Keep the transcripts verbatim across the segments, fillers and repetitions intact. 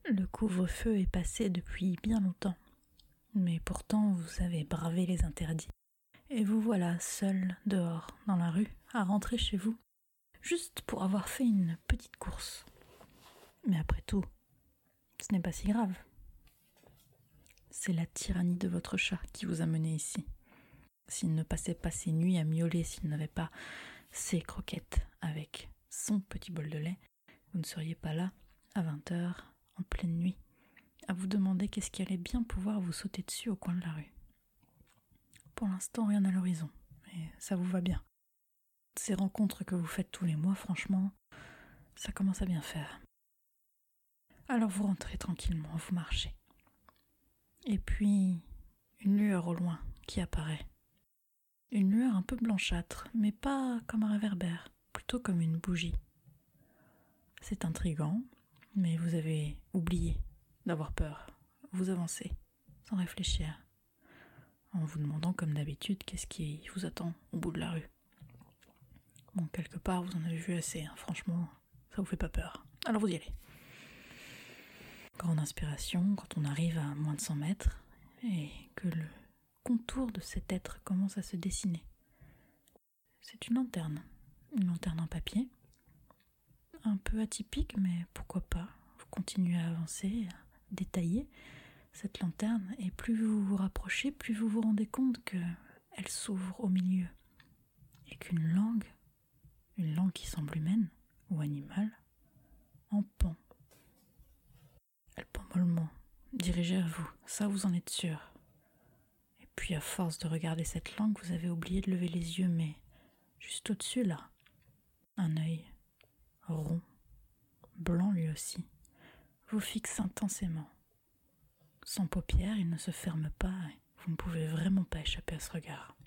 Le couvre-feu est passé depuis bien longtemps, mais pourtant vous avez bravé les interdits. Et vous voilà seul dehors, dans la rue, à rentrer chez vous, juste pour avoir fait une petite course. Mais après tout, ce n'est pas si grave. C'est la tyrannie de votre chat qui vous a mené ici. S'il ne passait pas ses nuits à miauler, s'il n'avait pas ses croquettes avec son petit bol de lait, vous ne seriez pas là, à vingt heures, en pleine nuit, à vous demander qu'est-ce qui allait bien pouvoir vous sauter dessus au coin de la rue. Pour l'instant, rien à l'horizon, mais ça vous va bien. Ces rencontres que vous faites tous les mois, franchement, ça commence à bien faire. Alors vous rentrez tranquillement, vous marchez. Et puis, une lueur au loin qui apparaît. Une lueur un peu blanchâtre, mais pas comme un réverbère, plutôt comme une bougie. C'est intriguant, mais vous avez oublié d'avoir peur. Vous avancez, sans réfléchir, en vous demandant comme d'habitude qu'est-ce qui vous attend au bout de la rue. Bon, quelque part, vous en avez vu assez, hein. Franchement, ça vous fait pas peur. Alors vous y allez. Grande inspiration, quand on arrive à moins de cent mètres, et que le contour de cet être commence à se dessiner. C'est une lanterne, une lanterne en papier, un peu atypique, mais pourquoi pas. Vous continuez à avancer, à détailler cette lanterne, et plus vous vous rapprochez, plus vous vous rendez compte qu'elle s'ouvre au milieu, et qu'une langue, une langue qui semble humaine ou animale, en pend. Elle pend mollement, dirigée à vous, ça vous en êtes sûr. Et puis à force de regarder cette langue, vous avez oublié de lever les yeux, mais juste au-dessus là, un œil rond, blanc lui aussi, vous fixe intensément. Sans paupières, il ne se ferme pas et vous ne pouvez vraiment pas échapper à ce regard.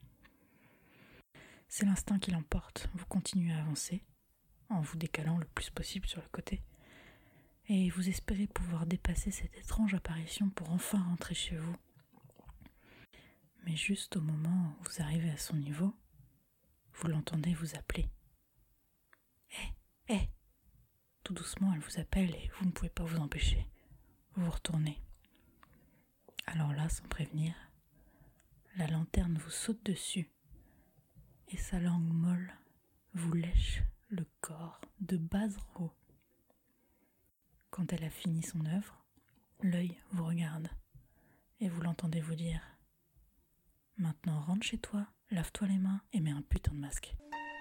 C'est l'instinct qui l'emporte, vous continuez à avancer, en vous décalant le plus possible sur le côté, et vous espérez pouvoir dépasser cette étrange apparition pour enfin rentrer chez vous. Mais juste au moment où vous arrivez à son niveau, vous l'entendez vous appeler. Hé, hé ! Tout doucement, elle vous appelle et vous ne pouvez pas vous empêcher. Vous vous retournez. Alors là, sans prévenir, la lanterne vous saute dessus et sa langue molle vous lèche le corps de bas en haut. Quand elle a fini son œuvre, l'œil vous regarde et vous l'entendez vous dire « Maintenant rentre chez toi, lave-toi les mains et mets un putain de masque. »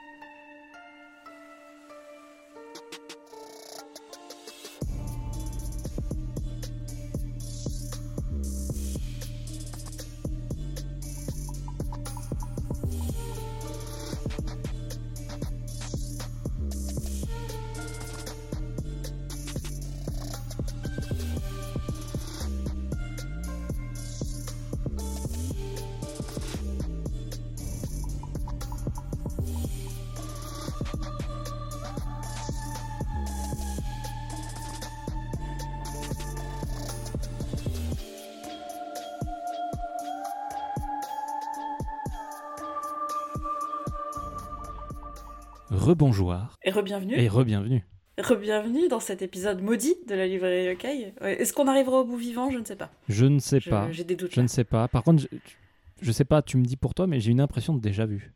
Rebonjour Et re-bienvenue. et re-bienvenue. Re-bienvenue dans cet épisode maudit de la librairie Yokai. Ouais, est-ce qu'on arrivera au bout vivant? Je ne sais pas. Je ne sais Je- pas. J'ai des doutes. Je là. ne sais pas. Par contre, je, je sais pas, tu me dis pour toi, mais j'ai une impression de déjà vu.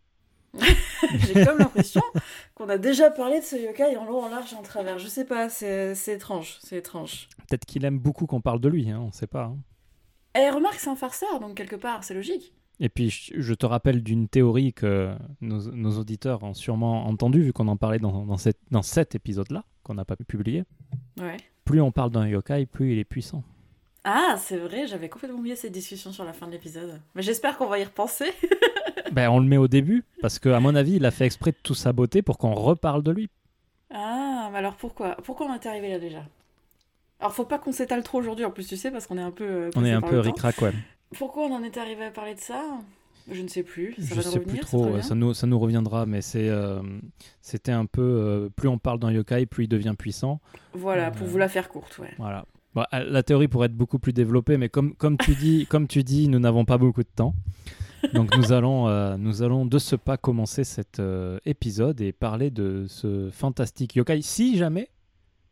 J'ai comme l'impression qu'on a déjà parlé de ce yokai en long, en large et en travers. Je sais pas, c'est, c'est étrange, c'est étrange. Peut-être qu'il aime beaucoup qu'on parle de lui, hein, on ne sait pas. hein. Et remarque, c'est un farceur, donc quelque part, c'est logique. Et puis, je, je te rappelle d'une théorie que nos, nos auditeurs ont sûrement entendue, vu qu'on en parlait dans, dans, cette, dans cet épisode-là, qu'on n'a pas pu publier. Ouais. Plus on parle d'un yokai, plus il est puissant. Ah, c'est vrai, j'avais complètement oublié cette discussion sur la fin de l'épisode. Mais j'espère qu'on va y repenser. Ben, on le met au début, parce qu'à mon avis, il a fait exprès de tout saboter pour qu'on reparle de lui. Ah, mais alors pourquoi Pourquoi on est arrivé là déjà? Alors faut pas qu'on s'étale trop aujourd'hui en plus, tu sais, parce qu'on est un peu... euh, On pressé est un par peu le temps. ric-rac, ouais. Pourquoi on en est arrivé à parler de ça? Je ne sais plus. Ça Je va nous sais revenir, plus c'est trop, très bien. ça nous, ça nous reviendra, mais c'est, euh, c'était un peu... euh, plus on parle d'un yokai, plus il devient puissant. Voilà, pour Euh, vous la faire courte, ouais. Voilà. Bon, euh, la théorie pourrait être beaucoup plus développée, mais comme, comme, tu, dis, comme tu dis, nous n'avons pas beaucoup de temps. Donc nous allons, euh, nous allons de ce pas commencer cet euh, épisode et parler de ce fantastique yokai. Si jamais,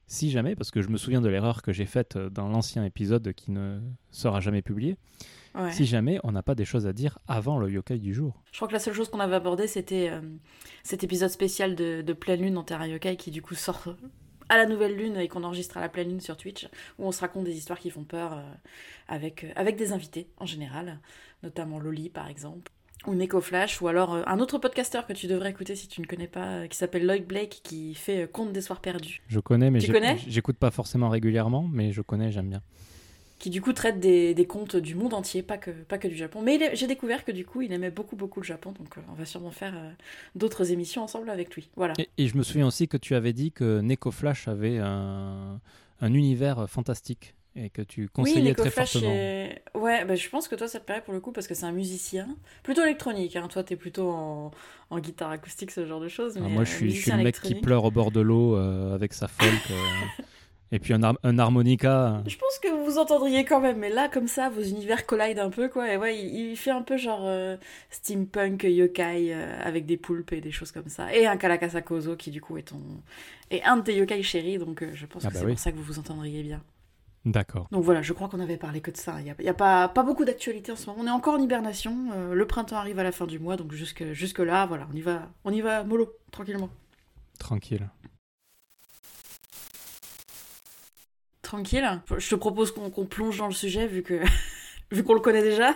si jamais, parce que je me souviens de l'erreur que j'ai faite dans l'ancien épisode qui ne sera jamais publié, ouais. si jamais on n'a pas des choses à dire avant le yokai du jour. Je crois que la seule chose qu'on avait abordée, c'était euh, cet épisode spécial de, de Pleine Lune dans Terra Yokai qui du coup sort à la nouvelle lune et qu'on enregistre à la pleine lune sur Twitch, où on se raconte des histoires qui font peur euh, avec, euh, avec des invités en général, notamment Loli par exemple, ou Neko Flash, ou alors euh, un autre podcasteur que tu devrais écouter si tu ne connais pas, euh, qui s'appelle Lloyd Blake, qui fait euh, Conte des soirs perdus. Je connais, mais tu connais j'écoute pas forcément régulièrement, mais je connais, j'aime bien. Qui du coup traite des, des contes du monde entier, pas que, pas que du Japon. Mais il est, j'ai découvert que du coup il aimait beaucoup beaucoup le Japon, donc euh, on va sûrement faire euh, d'autres émissions ensemble avec lui. Voilà. Et, et je me souviens aussi que tu avais dit que Neko Flash avait un, un univers fantastique et que tu conseillais oui, Neko très Flash fortement. Est... Ouais, bah, je pense que toi ça te plairait pour le coup parce que c'est un musicien, plutôt électronique, hein. Toi t'es plutôt en, en guitare acoustique, ce genre de choses. Mais, ah, moi je suis, euh, je suis le mec qui pleure au bord de l'eau euh, avec sa folk. Euh... Et puis un, har- un harmonica. Je pense que vous vous entendriez quand même, mais là, comme ça, vos univers collident un peu, quoi. Et ouais, il, il fait un peu genre euh, steampunk, yokai, euh, avec des poulpes et des choses comme ça. Et un Kalakasa Kozo, qui du coup est, ton... est un de tes yokai chéris, donc euh, je pense ah que bah c'est oui. pour ça que vous vous entendriez bien. D'accord. Donc voilà, je crois qu'on avait parlé que de ça. Il n'y a, y a pas, pas beaucoup d'actualité en ce moment. On est encore en hibernation. Euh, le printemps arrive à la fin du mois, donc jusque, jusque là, voilà, on y va, on y va mollo, tranquillement. Tranquille. Tranquille. Je te propose qu'on, qu'on plonge dans le sujet vu que vu qu'on le connaît déjà.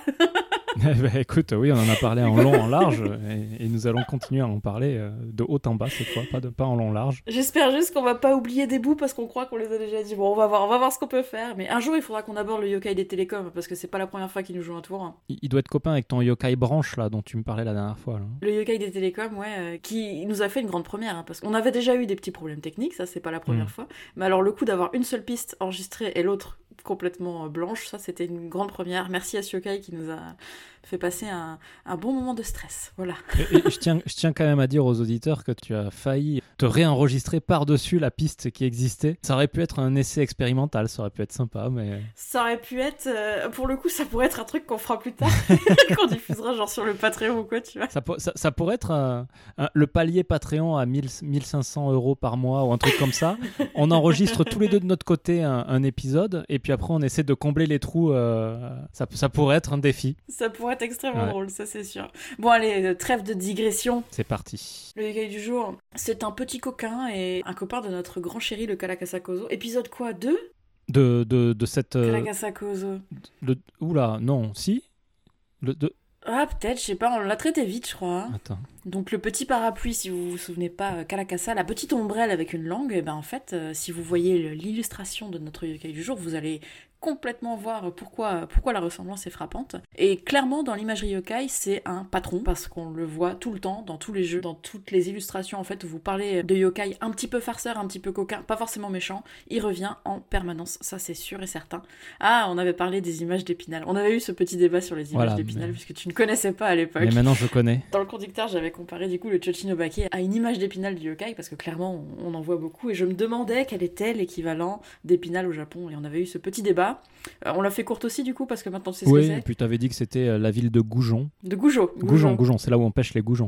bah, écoute, oui, on en a parlé en long, en large, et, et nous allons continuer à en parler euh, de haut en bas cette fois, pas de pas en long, large. J'espère juste qu'on va pas oublier des bouts parce qu'on croit qu'on les a déjà dit. Bon, on va voir, on va voir ce qu'on peut faire. Mais un jour, il faudra qu'on aborde le yokai des télécoms parce que c'est pas la première fois qu'il nous joue un tour. Il, il doit être copain avec ton yokai branche là, dont tu me parlais la dernière fois. Là. Le yokai des télécoms, ouais, euh, qui nous a fait une grande première, hein, parce qu'on avait déjà eu des petits problèmes techniques, ça c'est pas la première mmh. fois. Mais alors le coup d'avoir une seule piste enregistrée et l'autre complètement blanche, ça c'était une grande première. Merci à Yokai qui nous a fait passer un, un bon moment de stress. Voilà. Et, et je, tiens, je tiens quand même à dire aux auditeurs que tu as failli te réenregistrer par-dessus la piste qui existait. Ça aurait pu être un essai expérimental, ça aurait pu être sympa, mais... Ça aurait pu être... Euh, pour le coup, ça pourrait être un truc qu'on fera plus tard, qu'on diffusera genre sur le Patreon ou quoi, tu vois. Ça, ça, ça pourrait être un, un, le palier Patreon à mille, mille cinq cents euros par mois ou un truc comme ça. On enregistre tous les deux de notre côté un, un épisode et puis après on essaie de combler les trous. Euh, ça, ça pourrait être un défi. Ça pourrait être extrêmement ouais. drôle, ça c'est sûr. Bon allez, trêve de digression. C'est parti. Le yokai du jour, c'est un petit coquin et un copain de notre grand chéri, le Kalakasa Kozo. Épisode quoi, deux de, de, de cette... Euh, Kalakasa Kozo. Le, oula, non, si le, de... Ah peut-être, je sais pas, on l'a traité vite je crois. Attends. Donc le petit parapluie, si vous vous souvenez pas, Kalakasa, la petite ombrelle avec une langue, et ben en fait, euh, si vous voyez l'illustration de notre yokai du jour, vous allez complètement voir pourquoi, pourquoi la ressemblance est frappante. Et clairement, dans l'imagerie yokai, c'est un patron, parce qu'on le voit tout le temps, dans tous les jeux, dans toutes les illustrations, en fait, où vous parlez de yokai un petit peu farceur, un petit peu coquin, pas forcément méchant, il revient en permanence, ça c'est sûr et certain. Ah, on avait parlé des images d'Épinal. On avait eu ce petit débat sur les images voilà, d'Épinal, mais... puisque tu ne connaissais pas à l'époque. Mais maintenant je connais. Dans le conducteur, j'avais comparé du coup le Chochinobake à une image d'Épinal du yokai, parce que clairement, on, on en voit beaucoup, et je me demandais quel était l'équivalent d'Épinal au Japon, et on avait eu ce petit débat. Euh, on l'a fait courte aussi du coup parce que maintenant tu sais ce oui, que c'est. Oui, et puis tu avais dit que c'était euh, la ville de Goujon. De Goujon. Goujon, Goujon, Goujon c'est là où on pêche les goujons.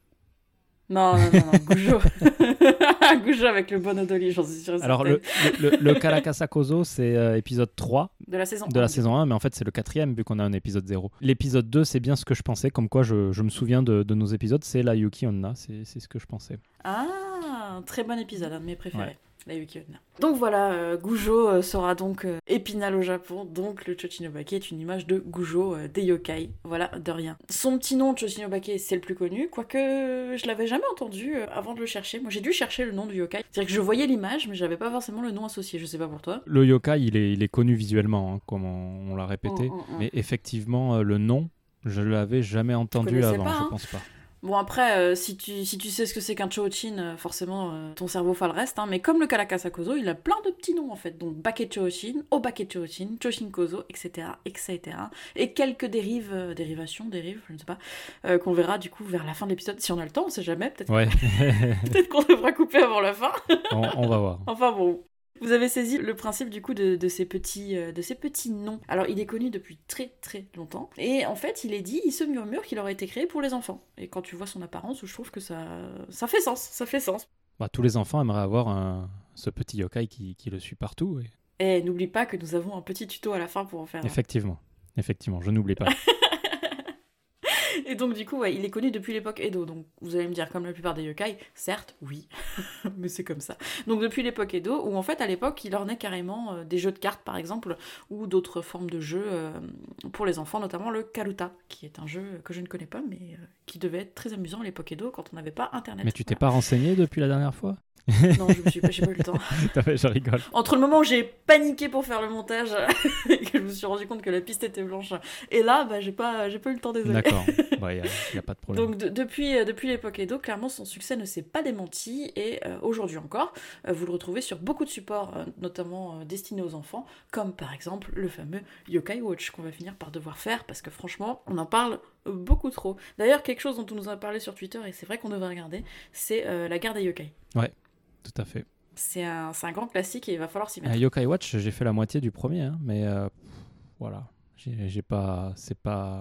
Non, non, non, non Goujon. Goujon avec le bon odoli, j'en suis sûre. Alors le, le, le, le Kalakasa Kozo, c'est euh, épisode trois de la saison de un. la saison un, mais en fait c'est le quatrième vu qu'on a un épisode zéro. L'épisode deux, c'est bien ce que je pensais, comme quoi je, je me souviens de, de nos épisodes, c'est la Yuki Onna, c'est, c'est ce que je pensais. Ah, très bon épisode, un de mes préférés. Ouais. La Yuki Onna. Donc voilà, euh, Goujo euh, sera donc euh, Épinal au Japon, donc le Chochinobake est une image de Goujo euh, des yokai, voilà, de rien. Son petit nom, Chochinobake, c'est le plus connu, quoique je l'avais jamais entendu euh, avant de le chercher. Moi j'ai dû chercher le nom du yokai, c'est-à-dire que je voyais l'image, mais j'avais pas forcément le nom associé, je sais pas pour toi. Le yokai, il est, il est connu visuellement, hein, comme on, on l'a répété, oh, oh, oh. mais effectivement, euh, le nom, je l'avais jamais entendu avant, pas, hein. je pense pas. Bon après, euh, si, tu, si tu sais ce que c'est qu'un Chōchin, euh, forcément euh, ton cerveau fera le reste, hein, mais comme le Kalakasa Kozo, il a plein de petits noms en fait, donc Bake Chōchin, Obake Chōchin, Chōshin Kozo, et cetera, et cetera. Et quelques dérives, euh, dérivations, dérives, je ne sais pas, euh, qu'on verra du coup vers la fin de l'épisode, si on a le temps, on sait jamais, peut-être, ouais. peut-être qu'on devra couper avant la fin. on, on va voir. Enfin bon. Vous avez saisi le principe du coup de, de, ces petits, euh, de ces petits noms. Alors il est connu depuis très très longtemps. Et en fait il est dit, il se murmure qu'il aurait été créé pour les enfants. Et quand tu vois son apparence, je trouve que ça, ça fait sens, ça fait sens. Bah, tous les enfants aimeraient avoir un, ce petit yokai qui, qui le suit partout. Et... Et n'oublie pas que nous avons un petit tuto à la fin pour en faire. Effectivement, effectivement, je n'oublie pas. Et donc du coup, ouais, il est connu depuis l'époque Edo. Donc vous allez me dire, comme la plupart des yokai, certes, oui, mais c'est comme ça. Donc depuis l'époque Edo, où en fait à l'époque il ornait carrément euh, des jeux de cartes par exemple, ou d'autres formes de jeux euh, pour les enfants, notamment le Karuta, qui est un jeu que je ne connais pas, mais euh, qui devait être très amusant à l'époque Edo quand on n'avait pas internet. Mais tu t'es voilà. pas renseigné depuis la dernière fois? Non, je me suis pas, j'ai pas eu le temps. Je rigole. Entre le moment où j'ai paniqué pour faire le montage et que je me suis rendu compte que la piste était blanche, et là, bah, j'ai pas, j'ai pas eu le temps, désolé. D'accord, il bah, n'y a, y a pas de problème. Donc de, depuis, euh, depuis l'époque Edo, clairement son succès ne s'est pas démenti, et euh, aujourd'hui encore, euh, vous le retrouvez sur beaucoup de supports, euh, notamment euh, destinés aux enfants, comme par exemple le fameux Yokai Watch qu'on va finir par devoir faire, parce que franchement, on en parle beaucoup trop. D'ailleurs, quelque chose dont on nous a parlé sur Twitter, et c'est vrai qu'on devrait regarder, c'est euh, la guerre des yokai. Ouais. Tout à fait. C'est un, c'est un grand classique et il va falloir s'y mettre. Uh, Yokai Watch, j'ai fait la moitié du premier, hein, mais euh, voilà, j'ai, j'ai pas, c'est pas,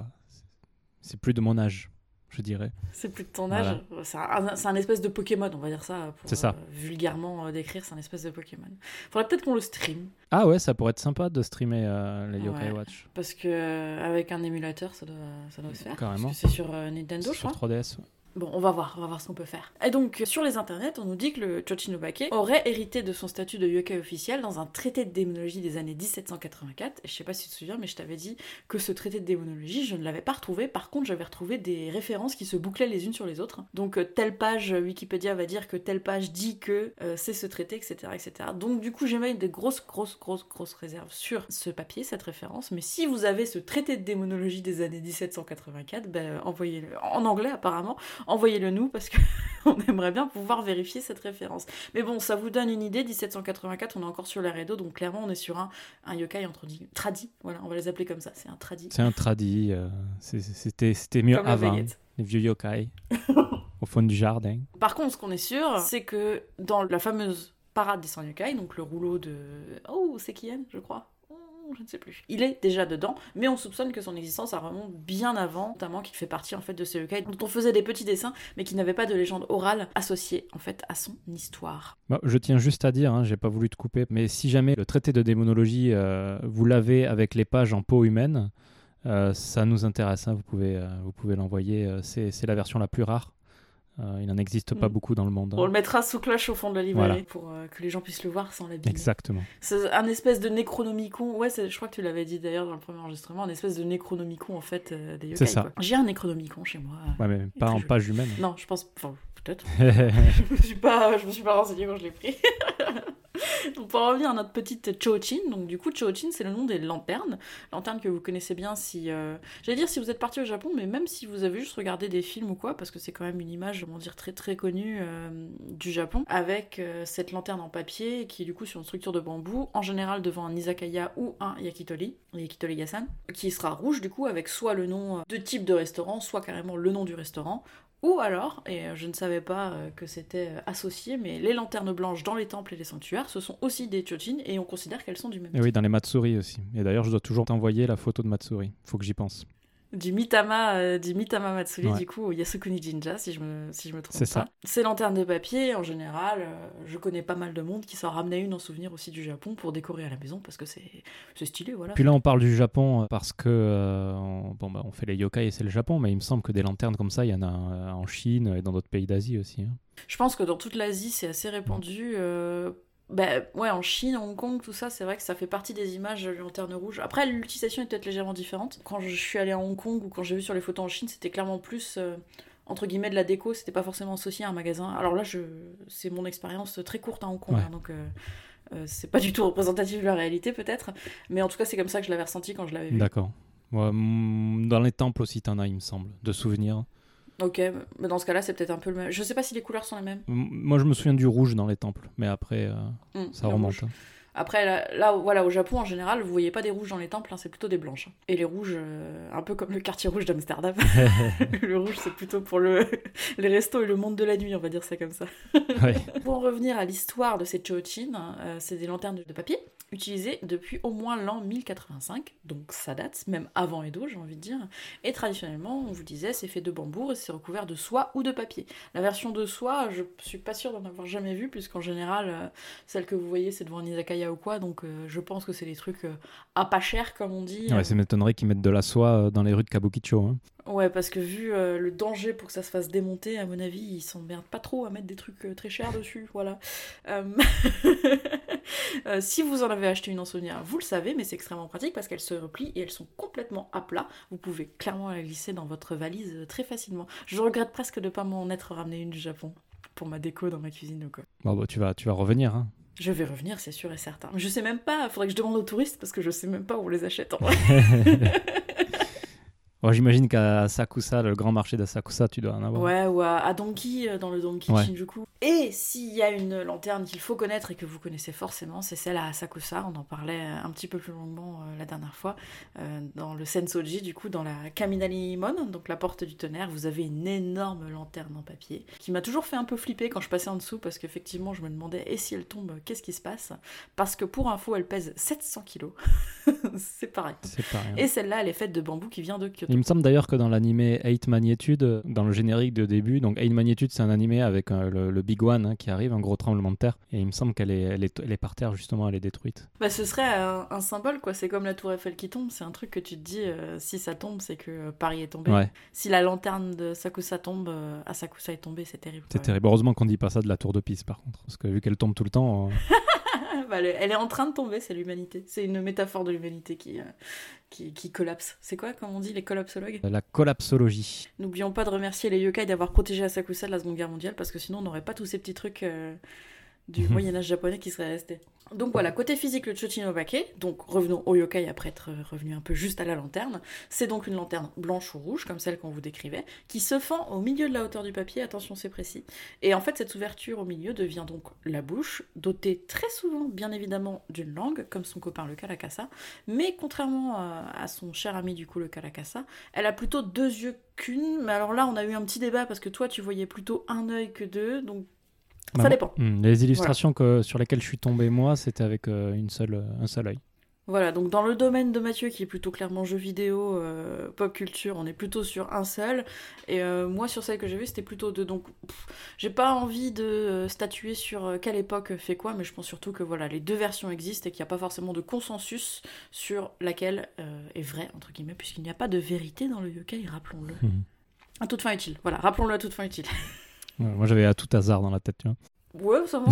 c'est plus de mon âge, je dirais. C'est plus de ton âge. Voilà. C'est, un, c'est un espèce de Pokémon, on va dire ça, pour c'est ça. Euh, vulgairement euh, décrire, c'est un espèce de Pokémon. Faudrait peut-être qu'on le stream. Ah ouais, ça pourrait être sympa de streamer euh, les Yokai ouais, Watch. Parce que euh, avec un émulateur, ça doit, ça doit se faire. Carrément. Parce que c'est sur euh, Nintendo, c'est je sur crois. trois D S. Ouais. Bon, on va voir, on va voir ce qu'on peut faire. Et donc, sur les internets, on nous dit que le Chochinobake aurait hérité de son statut de yokai officiel dans un traité de démonologie des années dix-sept cent quatre-vingt-quatre. Et je sais pas si tu te souviens, mais je t'avais dit que ce traité de démonologie, je ne l'avais pas retrouvé. Par contre, j'avais retrouvé des références qui se bouclaient les unes sur les autres. Donc, telle page Wikipédia va dire que telle page dit que euh, c'est ce traité, et cetera, et cetera. Donc, du coup, j'ai mis des grosses, grosses, grosses, grosses réserves sur ce papier, cette référence. Mais si vous avez ce traité de démonologie des années dix-sept cent quatre-vingt-quatre, ben, envoyez-le, en anglais apparemment, envoyez-le nous, parce qu'on aimerait bien pouvoir vérifier cette référence. Mais bon, ça vous donne une idée, dix-sept cent quatre-vingt-quatre, on est encore sur l'ère Edo, donc clairement on est sur un, un yokai entre dit, tradi, voilà, on va les appeler comme ça, c'est un tradi. C'est un tradi, euh, c'est, c'était, c'était mieux comme avant, les vieux yokai, au fond du jardin. Par contre, ce qu'on est sûr, c'est que dans la fameuse parade des cent yokai, donc le rouleau de... Oh, c'est Kien, je crois je ne sais plus. Il est déjà dedans, mais on soupçonne que son existence ça remonte bien avant, notamment qu'il fait partie en fait de ces yokai dont on faisait des petits dessins, mais qui n'avaient pas de légende orale associée en fait à son histoire. Bah, je tiens juste à dire, hein, j'ai pas voulu te couper, mais si jamais le traité de démonologie euh, vous l'avez avec les pages en peau humaine, euh, ça nous intéresse. Hein, vous pouvez, euh, vous pouvez l'envoyer. Euh, c'est, c'est la version la plus rare. Euh, il n'en existe pas mmh. beaucoup dans le monde. Hein. On le mettra sous cloche au fond de la librairie voilà. pour euh, que les gens puissent le voir sans l'abîmer. Exactement. C'est un espèce de Necronomicon. Ouais, c'est, je crois que tu l'avais dit d'ailleurs dans le premier enregistrement, un espèce de Necronomicon en fait euh, des yokai. C'est ça. Quoi. J'ai un Necronomicon chez moi. Ouais, mais pas en page humaine. Non, je pense. Enfin, peut-être. je me suis pas, je me suis pas renseignée quand je l'ai pris. Donc pour revenir à notre petite Chōchin, donc du coup Chōchin c'est le nom des lanternes, lanternes que vous connaissez bien si, euh... j'allais dire si vous êtes parti au Japon, mais même si vous avez juste regardé des films ou quoi, parce que c'est quand même une image, comment dire, très très connue euh, du Japon, avec euh, cette lanterne en papier qui est du coup sur une structure de bambou, en général devant un izakaya ou un yakitori, yakitori-gasan, qui sera rouge du coup avec soit le nom de type de restaurant, soit carrément le nom du restaurant. Ou alors, et je ne savais pas que c'était associé, mais les lanternes blanches dans les temples et les sanctuaires, ce sont aussi des Chōchin et on considère qu'elles sont du même type. Et oui, dans les Matsuri aussi. Et d'ailleurs, je dois toujours t'envoyer la photo de Matsuri. Faut que j'y pense. Du Mitama, euh, du Mitama Matsuri, ouais. Du coup, au Yasukuni Jinja, si je me, si je me trompe c'est pas. Ça. Ces lanternes de papier, en général, euh, je connais pas mal de monde qui s'en ramenait une en souvenir aussi du Japon pour décorer à la maison, parce que c'est, c'est stylé, voilà. Puis là, on parle du Japon parce que, euh, on, bon, bah, on fait les yokai et c'est le Japon, mais il me semble que des lanternes comme ça, il y en a euh, en Chine et dans d'autres pays d'Asie aussi. Hein. Je pense que dans toute l'Asie, c'est assez répandu. Euh... Bah ouais, en Chine, Hong Kong, tout ça, c'est vrai que ça fait partie des images de lanterne rouge. Après, l'utilisation est peut-être légèrement différente. Quand je suis allée à Hong Kong ou quand j'ai vu sur les photos en Chine, c'était clairement plus, euh, entre guillemets, de la déco, c'était pas forcément associé à un magasin. Alors là, je... c'est mon expérience très courte à Hong Kong, ouais. hein, donc euh, euh, c'est pas du tout représentatif de la réalité peut-être, mais en tout cas, c'est comme ça que je l'avais ressenti quand je l'avais vu. D'accord. Ouais, dans les temples aussi, t'en as, il me semble, de souvenirs. Ok, mais dans ce cas-là, c'est peut-être un peu le même. Je sais pas si les couleurs sont les mêmes. Moi, je me souviens du rouge dans les temples, mais après, euh, mmh, ça remonte. Rouge. Après, là, là, voilà, au Japon, en général, vous voyez pas des rouges dans les temples, hein, c'est plutôt des blanches. Et les rouges, euh, un peu comme le quartier rouge d'Amsterdam. Le rouge, c'est plutôt pour le... les restos et le monde de la nuit, on va dire ça comme ça. Ouais. Pour en revenir à l'histoire de ces Chōchin, euh, c'est des lanternes de papier utilisé depuis au moins l'an mille quatre-vingt-cinq, donc ça date, même avant Edo, j'ai envie de dire. Et traditionnellement, on vous disait, c'est fait de bambou et c'est recouvert de soie ou de papier. La version de soie, je suis pas sûre d'en avoir jamais vue, puisqu'en général, euh, celle que vous voyez, c'est devant un izakaya ou quoi, donc euh, je pense que c'est des trucs euh, à pas cher, comme on dit. Ouais, ça m'étonnerait qu'ils mettent de la soie dans les rues de Kabukicho. Hein. Ouais, parce que vu euh, le danger pour que ça se fasse démonter, à mon avis, ils s'emmerdent pas trop à mettre des trucs euh, très chers dessus, voilà. Euh... euh, si vous en avez acheté une en souvenir, vous le savez, mais c'est extrêmement pratique parce qu'elles se replient et elles sont complètement à plat. Vous pouvez clairement la glisser dans votre valise euh, très facilement. Je regrette presque de pas m'en être ramené une du Japon pour ma déco dans ma cuisine ou quoi. Bon, bah, tu vas, tu vas revenir, hein. Je vais revenir, c'est sûr et certain. Mais je sais même pas, faudrait que je demande aux touristes parce que je sais même pas où on les achète en vrai. Bon, j'imagine qu'à Sakusa, le grand marché d'Asakusa, tu dois en avoir. Ouais, ou à, à Donki, dans le Donki Ouais. Shinjuku. Et s'il y a une lanterne qu'il faut connaître et que vous connaissez forcément, c'est celle à Asakusa. On en parlait un petit peu plus longuement euh, la dernière fois. Euh, dans le Sensoji, du coup, dans la Kaminari Mon, donc la porte du tonnerre, vous avez une énorme lanterne en papier qui m'a toujours fait un peu flipper quand je passais en dessous parce qu'effectivement, je me demandais, et si elle tombe, qu'est-ce qui se passe ? Parce que pour info, elle pèse sept cents kilos. C'est pareil. C'est pas rien. Et celle-là, elle est faite de bambou qui vient de Kyoto. Il me semble d'ailleurs que dans l'animé eight Magnitude, dans le générique de début, donc eight Magnitude, c'est un animé avec euh, le, le Big One hein, qui arrive, un gros tremblement de terre, et il me semble qu'elle est, elle est, elle est par terre justement, elle est détruite. Bah, ce serait un, un symbole, quoi. C'est comme la tour Eiffel qui tombe. C'est un truc que tu te dis, euh, si ça tombe, c'est que euh, Paris est tombé. Ouais, Si la lanterne de Sakusa tombe, euh, Asakusa est tombé, c'est terrible. c'est quoi. terrible. Heureusement qu'on dit pas ça de la tour de Pise par contre, parce que vu qu'elle tombe tout le temps... euh, Bah, elle, elle est en train de tomber, c'est l'humanité. C'est une métaphore de l'humanité qui, euh, qui, qui collapse. C'est quoi, comme on dit, les collapsologues ? la collapsologie. N'oublions pas de remercier les yokai d'avoir protégé Asakusa de la Seconde Guerre mondiale, parce que sinon on n'aurait pas tous ces petits trucs euh, du Mhm. Moyen-Âge japonais qui seraient restés. Donc voilà, côté physique, le Chochinobake, donc revenons au yokai après être revenu un peu juste à la lanterne, c'est donc une lanterne blanche ou rouge, comme celle qu'on vous décrivait, qui se fend au milieu de la hauteur du papier, attention c'est précis. Et en fait, cette ouverture au milieu devient donc la bouche, dotée très souvent, bien évidemment, d'une langue, comme son copain le Kalakasa, mais contrairement à, à son cher ami du coup le Kalakasa, elle a plutôt deux yeux qu'une, mais alors là on a eu un petit débat parce que toi tu voyais plutôt un œil que deux, donc ça Bah, dépend. hmm, les illustrations que, sur lesquelles je suis tombé moi, c'était avec euh, une seule, euh, un seul œil. Voilà, donc dans le domaine de Mathieu, qui est plutôt clairement jeux vidéo, euh, pop culture, on est plutôt sur un seul. Et euh, moi, sur celle que j'ai vue, c'était plutôt deux. Donc, pff, j'ai pas envie de euh, statuer sur euh, quelle époque fait quoi, mais je pense surtout que voilà, les deux versions existent et qu'il n'y a pas forcément de consensus sur laquelle euh, est vraie, entre guillemets, puisqu'il n'y a pas de vérité dans le yokai, rappelons-le. Mhm. À toute fin utile, voilà, rappelons-le à toute fin utile. Ouais, moi j'avais à tout hasard dans la tête, tu vois. Ouais, ça va.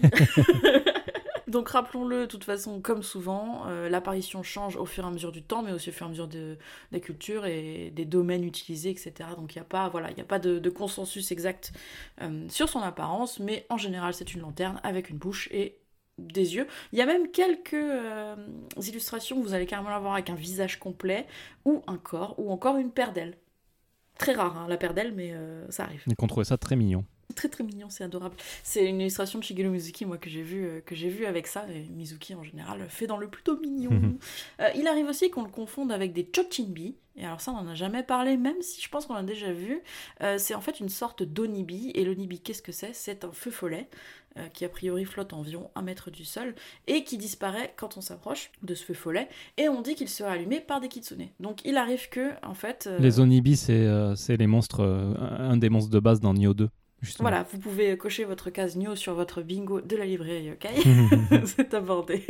Donc rappelons-le, de toute façon, comme souvent, euh, l'apparition change au fur et à mesure du temps, mais aussi au fur et à mesure de, des cultures et des domaines utilisés, et cetera. Donc il n'y a pas, voilà, il y a pas de, de consensus exact euh, sur son apparence, mais en général c'est une lanterne avec une bouche et des yeux. Il y a même quelques euh, illustrations où vous allez carrément l'avoir avec un visage complet, ou un corps, ou encore une paire d'ailes. Très rare, hein, la paire d'ailes, mais euh, ça arrive. Et qu'on trouvait ça très mignon. Très très mignon, c'est adorable. C'est une illustration de Shigeru Mizuki, moi, que j'ai vu euh, que j'ai vu avec ça, et Mizuki en général fait dans le plutôt mignon. euh, il arrive aussi qu'on le confonde avec des chochinbi, et alors ça on en a jamais parlé, même si je pense qu'on l'a déjà vu. Euh, c'est en fait une sorte d'onibi, et l'onibi qu'est-ce que c'est ? C'est un feu follet euh, qui a priori flotte environ un mètre du sol, et qui disparaît quand on s'approche de ce feu follet, et on dit qu'il sera allumé par des kitsune. Donc il arrive que, en fait... euh, Les onibis, c'est euh, c'est les monstres, euh, un des monstres de base dans Nioh deux. Justement. Voilà, vous pouvez cocher votre case Nioh sur votre bingo de la librairie Yokai. C'est abordé.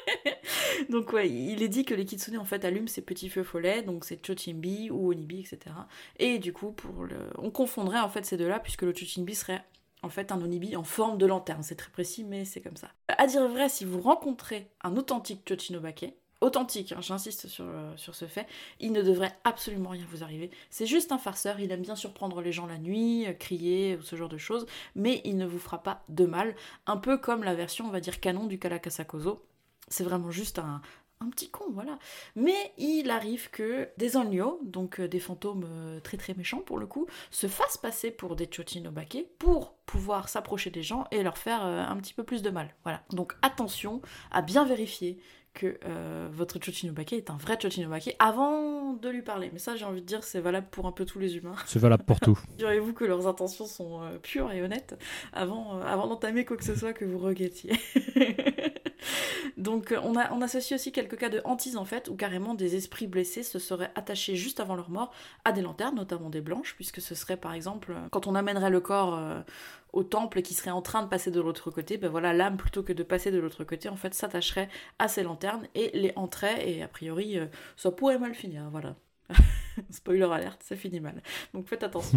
Donc ouais, il est dit que les kitsune en fait allument ces petits feux follets, donc c'est chochinbi ou onibi, et cetera. Et du coup, pour le... on confondrait en fait ces deux-là, puisque le chochinbi serait en fait un onibi en forme de lanterne. C'est très précis, mais c'est comme ça. À dire vrai, si vous rencontrez un authentique chochinobake, authentique, hein, j'insiste sur, euh, sur ce fait, il ne devrait absolument rien vous arriver. C'est juste un farceur, il aime bien surprendre les gens la nuit, euh, crier, ou ce genre de choses, mais il ne vous fera pas de mal, un peu comme la version, on va dire, canon du Kalakasakozo. C'est vraiment juste un, un petit con, voilà. Mais il arrive que des onryo, donc euh, des fantômes euh, très très méchants pour le coup, se fassent passer pour des chochinobake pour pouvoir s'approcher des gens et leur faire euh, un petit peu plus de mal. Voilà. Donc attention à bien vérifier que euh, votre chochinobake est un vrai chochinobake avant de lui parler. Mais ça, j'ai envie de dire, c'est valable pour un peu tous les humains. C'est valable pour tout. Direz-vous que leurs intentions sont euh, pures et honnêtes avant, euh, avant d'entamer quoi que ce soit que vous regrettiez. Donc on, a, on associe aussi quelques cas de hantise en fait, où carrément des esprits blessés se seraient attachés juste avant leur mort à des lanternes, notamment des blanches, puisque ce serait par exemple, quand on amènerait le corps euh, au temple et qui serait en train de passer de l'autre côté, ben voilà, l'âme plutôt que de passer de l'autre côté, en fait s'attacherait à ces lanternes et les hanterait, et a priori euh, ça pourrait mal finir, voilà. Spoiler alerte, ça finit mal. Donc faites attention.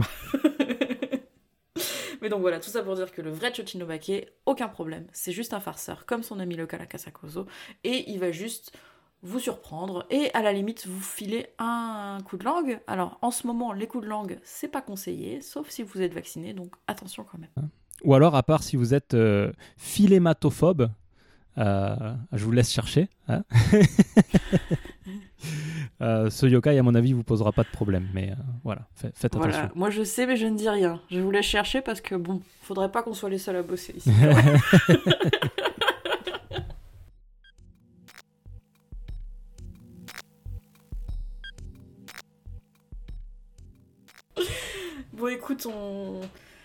Mais donc voilà, tout ça pour dire que le vrai Chochinobake, aucun problème, c'est juste un farceur, comme son ami le Kalakasakozo, et il va juste vous surprendre, et à la limite vous filer un coup de langue. Alors en ce moment, les coups de langue, c'est pas conseillé, sauf si vous êtes vacciné, donc attention quand même. Ou alors, à part si vous êtes euh, philématophobe, euh, je vous laisse chercher. Hein. Euh, ce yokai, à mon avis, vous posera pas de problème, mais euh, voilà, fait, faites Voilà. attention. Moi je sais, mais je ne dis rien. Je vous laisse chercher parce que bon, faudrait pas qu'on soit les seuls à bosser ici. Bon, écoute, on...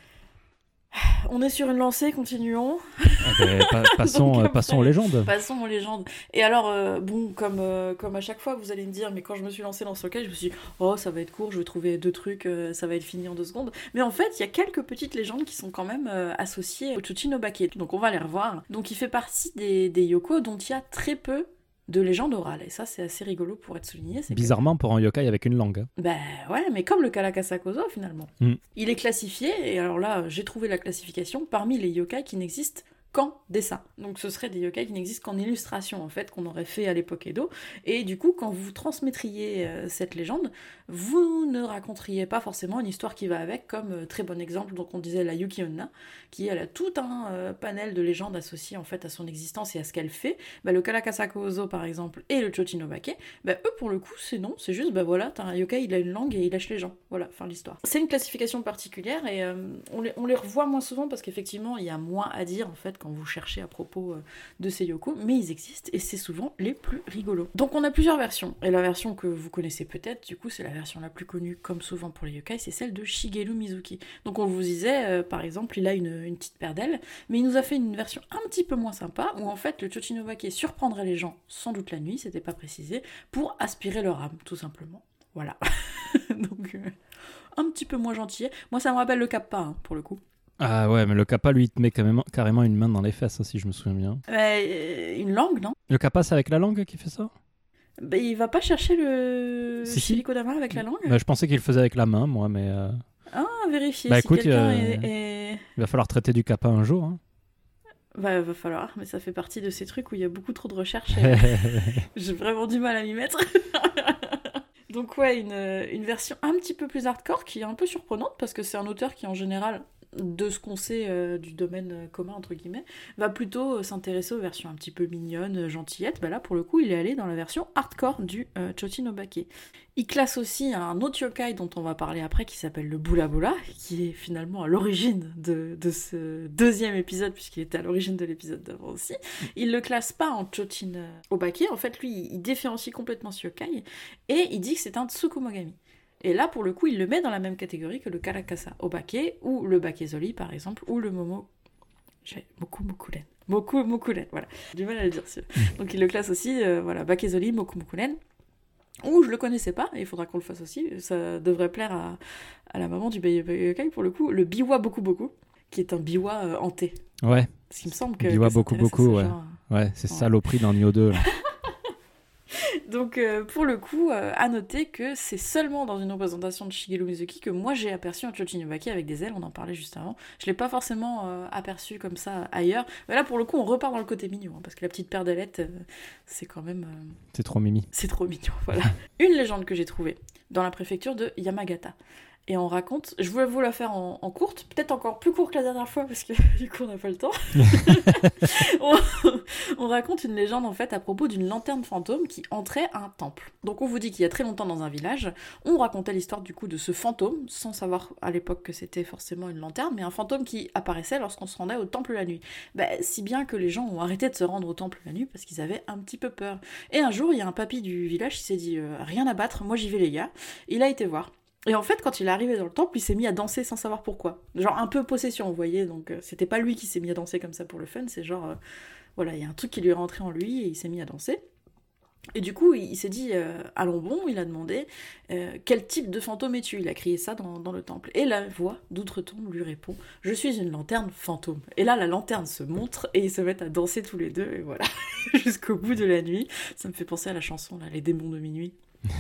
on est sur une lancée, continuons. Eh ben, pa- passons, Donc, euh, passons aux après, légendes. Passons aux légendes. Et alors, euh, bon, comme, euh, comme à chaque fois, vous allez me dire, mais quand je me suis lancée dans ce local, je me suis dit, oh, ça va être court, je vais trouver deux trucs, euh, ça va être fini en deux secondes. Mais en fait, il y a quelques petites légendes qui sont quand même euh, associées au Chochinobake. Donc, on va les revoir. Donc, il fait partie des, des yoko dont il y a très peu de légendes orales. Et ça, c'est assez rigolo pour être souligné. C'est que- Bizarrement, pour un yokai avec une langue. hein. Ben ouais, mais comme le Kalakasakozo finalement. Mm. Il est classifié, et alors là, j'ai trouvé la classification parmi les yokai qui n'existent qu'en dessin. Donc ce seraient des yokai qui n'existent qu'en illustration, en fait, qu'on aurait fait à l'époque Edo. Et du coup, quand vous transmettriez euh, cette légende, vous ne raconteriez pas forcément une histoire qui va avec, comme euh, très bon exemple, donc on disait la Yuki Onna, qui elle a tout un euh, panel de légendes associées en fait à son existence et à ce qu'elle fait. Bah, le Kalakasakozo par exemple, et le Chochinobake, bah, eux pour le coup c'est non, c'est juste bah voilà, t'as un yokai, il a une langue et il lâche les gens. Voilà, fin de l'histoire. C'est une classification particulière, et euh, on, les, on les revoit moins souvent parce qu'effectivement il y a moins à dire en fait quand vous cherchez à propos euh, de ces yoko, mais ils existent et c'est souvent les plus rigolos. Donc on a plusieurs versions, et la version que vous connaissez peut-être, du coup c'est la version la plus connue comme souvent pour les yokai, c'est celle de Shigeru Mizuki. Donc on vous disait, euh, par exemple, il a une, une petite paire d'ailes, mais il nous a fait une version un petit peu moins sympa, où en fait le Chochinobake surprendrait les gens, sans doute la nuit, c'était pas précisé, pour aspirer leur âme, tout simplement. Voilà. Donc euh, un petit peu moins gentil. Moi ça me rappelle le Kappa, hein, pour le coup. Ah ouais, mais le kappa, lui, il te met carrément, carrément une main dans les fesses, hein, si je me souviens bien. Euh, une langue, non? Le kappa, c'est avec la langue qui fait ça? Bah, il va pas chercher le Si, si. Shirikodama avec la langue? Bah, je pensais qu'il le faisait avec la main, moi, mais euh, Ah, vérifier Bah, si écoute, quelqu'un euh, est... est- il va falloir traiter du kappa un jour. Hein. Bah, va falloir, mais ça fait partie de ces trucs où il y a beaucoup trop de recherches et j'ai vraiment du mal à m'y mettre. Donc ouais, une, une version un petit peu plus hardcore qui est un peu surprenante parce que c'est un auteur qui en général, de ce qu'on sait euh, du domaine euh, commun entre guillemets, va plutôt euh, s'intéresser aux versions un petit peu mignonnes, euh, gentillettes. Bah là pour le coup il est allé dans la version hardcore du euh, Chochinobake. Il classe aussi un autre yokai dont on va parler après qui s'appelle le Bula Bula, qui est finalement à l'origine de, de ce deuxième épisode puisqu'il était à l'origine de l'épisode d'avant aussi. Il le classe pas en Chochinobake, en fait lui il différencie complètement ce yokai et il dit que c'est un Tsukumogami. Et là, pour le coup, il le met dans la même catégorie que le Kalakasa Obake, ou le Bakezoli, par exemple, ou le Momo... J'ai... Moku Mokulen. Moku Mokulen, voilà. J'ai du mal à le dire, celui-là. Donc il le classe aussi, euh, voilà, Bakezoli, Moku Mokulen. Ou je le connaissais pas, et il faudra qu'on le fasse aussi. Ça devrait plaire à, à la maman du Yokai, pour le coup. Le Biwa Boku Boku, qui est un Biwa euh, hanté. Ouais. Parce qu'il me semble que... Biwa que Boku ça intéresse Boku, à ce ouais. genre. Ouais, c'est Ouais. saloperie dans Nioh deux. Là. Donc euh, pour le coup, euh, à noter que c'est seulement dans une représentation de Shigeru Mizuki que moi j'ai aperçu un Chochinobake avec des ailes, on en parlait juste avant. Je l'ai pas forcément euh, aperçu comme ça ailleurs. Mais là pour le coup on repart dans le côté mignon, hein, parce que la petite paire d'ailettes, euh, c'est quand même... euh, C'est trop mimi. c'est trop mignon, voilà. Une légende que j'ai trouvée dans la préfecture de Yamagata. Et on raconte, je voulais vous la faire en, en courte, peut-être encore plus court que la dernière fois, parce que du coup on n'a pas le temps. on, on raconte une légende en fait à propos d'une lanterne fantôme qui entrait à un temple. Donc on vous dit qu'il y a très longtemps dans un village, on racontait l'histoire du coup de ce fantôme, sans savoir à l'époque que c'était forcément une lanterne, mais un fantôme qui apparaissait lorsqu'on se rendait au temple la nuit. Bah, si bien que les gens ont arrêté de se rendre au temple la nuit parce qu'ils avaient un petit peu peur. Et un jour, il y a un papy du village qui s'est dit euh, « Rien à battre, moi j'y vais les gars ». Il a été voir. Et en fait, quand il est arrivé dans le temple, il s'est mis à danser sans savoir pourquoi. Genre un peu possession, vous voyez, donc euh, c'était pas lui qui s'est mis à danser comme ça pour le fun, c'est genre... Euh, Voilà, il y a un truc qui lui est rentré en lui et il s'est mis à danser. Et du coup, il s'est dit euh, « Allons bon », il a demandé euh, « Quel type de fantôme es-tu » Il a crié ça dans, dans le temple. Et la voix d'outre-tombe lui répond « Je suis une lanterne fantôme ». Et là, la lanterne se montre et ils se mettent à danser tous les deux, et voilà, jusqu'au bout de la nuit. Ça me fait penser à la chanson, là, « Les démons de minuit ».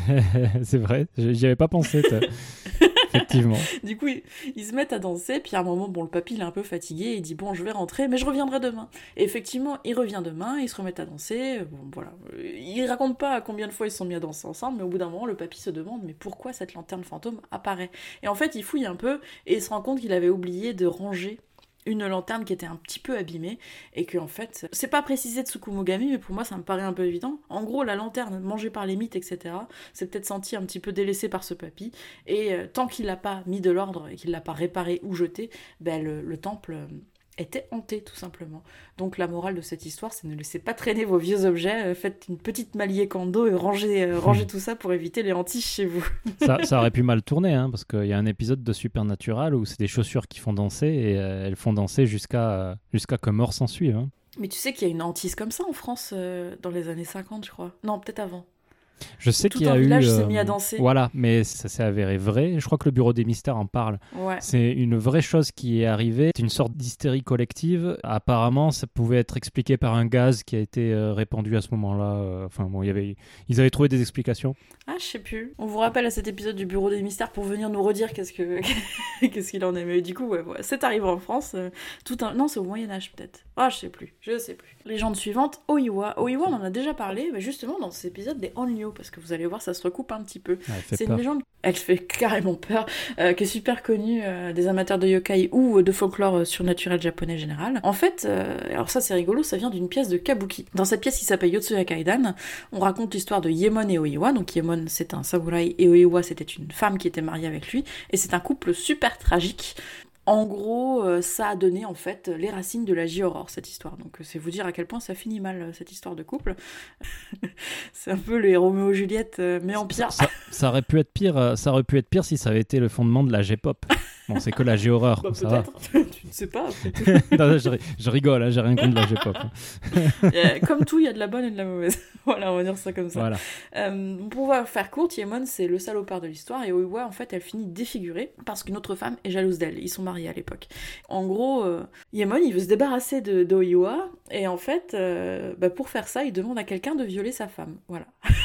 C'est vrai, j'y avais pas pensé, effectivement. Du coup, ils, ils se mettent à danser, puis à un moment, bon, le papy, il est un peu fatigué, il dit « Bon, je vais rentrer, mais je reviendrai demain ». Et effectivement, il revient demain, ils se remettent à danser, bon, voilà. Ils racontent pas combien de fois ils se sont mis à danser ensemble, mais au bout d'un moment, le papy se demande « Mais pourquoi cette lanterne fantôme apparaît ?» Et en fait, il fouille un peu, et il se rend compte qu'il avait oublié de ranger une lanterne qui était un petit peu abîmée, et que en fait, c'est pas précisé de Tsukumogami, mais pour moi ça me paraît un peu évident. En gros, la lanterne mangée par les mythes, et cetera, s'est peut-être sentie un petit peu délaissée par ce papy, et euh, tant qu'il l'a pas mis de l'ordre, et qu'il l'a pas réparé ou jeté, ben, le, le temple euh, était hanté, tout simplement. Donc la morale de cette histoire, c'est ne laissez pas traîner vos vieux objets, euh, faites une petite Malie Kondo et rangez, euh, rangez tout ça pour éviter les hantises chez vous. ça, ça aurait pu mal tourner, hein, parce qu'il y a un épisode de Supernatural où c'est des chaussures qui font danser, et euh, elles font danser jusqu'à, euh, jusqu'à que mort s'en suive. Hein. Mais tu sais qu'il y a une hantise comme ça en France, euh, dans les années cinquante, je crois. Non, peut-être avant. Je sais Tout qu'il y a un eu. village euh, s'est mis à danser. Voilà, mais ça s'est avéré vrai. Je crois que le Bureau des Mystères en parle. Ouais. C'est une vraie chose qui est arrivée. C'est une sorte d'hystérie collective. Apparemment, ça pouvait être expliqué par un gaz qui a été euh, répandu à ce moment-là. Euh, enfin bon, il y avait, ils avaient trouvé des explications. Ah, je sais plus. On vous rappelle à cet épisode du Bureau des Mystères pour venir nous redire qu'est-ce que qu'est-ce qu'il en est. Mais du coup, ouais, ouais. C'est arrivé en France. Euh, tout un... Non, c'est au Moyen-Âge peut-être. Ah, je sais plus. Je sais plus. Légende suivante, Oiwa. Oiwa, on en a déjà parlé, mais justement dans cet épisode des Onryo, parce que vous allez voir, ça se recoupe un petit peu. Ah, elle fait c'est peur. une légende, elle fait carrément peur, euh, qui est super connue euh, des amateurs de yokai ou de folklore euh, surnaturel japonais général. En fait, euh, alors ça c'est rigolo, ça vient d'une pièce de Kabuki. Dans cette pièce qui s'appelle Yotsuya Kaidan, on raconte l'histoire de Yemon et Oiwa. Donc Yemon c'est un samouraï et Oiwa c'était une femme qui était mariée avec lui, et c'est un couple super tragique. En gros, euh, ça a donné en fait les racines de la J-horror, cette histoire. Donc euh, c'est vous dire à quel point ça finit mal, euh, cette histoire de couple. C'est un peu les Roméo et Juliette, euh, mais en pire. Ça, ça aurait pu être pire. euh, Ça aurait pu être pire si ça avait été le fondement de la J-pop. Bon, c'est que la J-horror. Bah, ça va. peut-être, tu ne sais pas. Après tout. Non, non, je, ri- je rigole, hein, j'ai rien contre la J-pop. hein. Euh, Comme tout, il y a de la bonne et de la mauvaise. Voilà, on va dire ça comme ça. Voilà. Euh, pour pouvoir faire court, Yemon, c'est le salopard de l'histoire, et Oiwa, en fait, elle finit défigurée parce qu'une autre femme est jalouse d'elle. Ils sont mariés à l'époque. En gros, euh, Yemon, il veut se débarrasser de, de Oiwa, et en fait, euh, bah, pour faire ça, il demande à quelqu'un de violer sa femme. Voilà.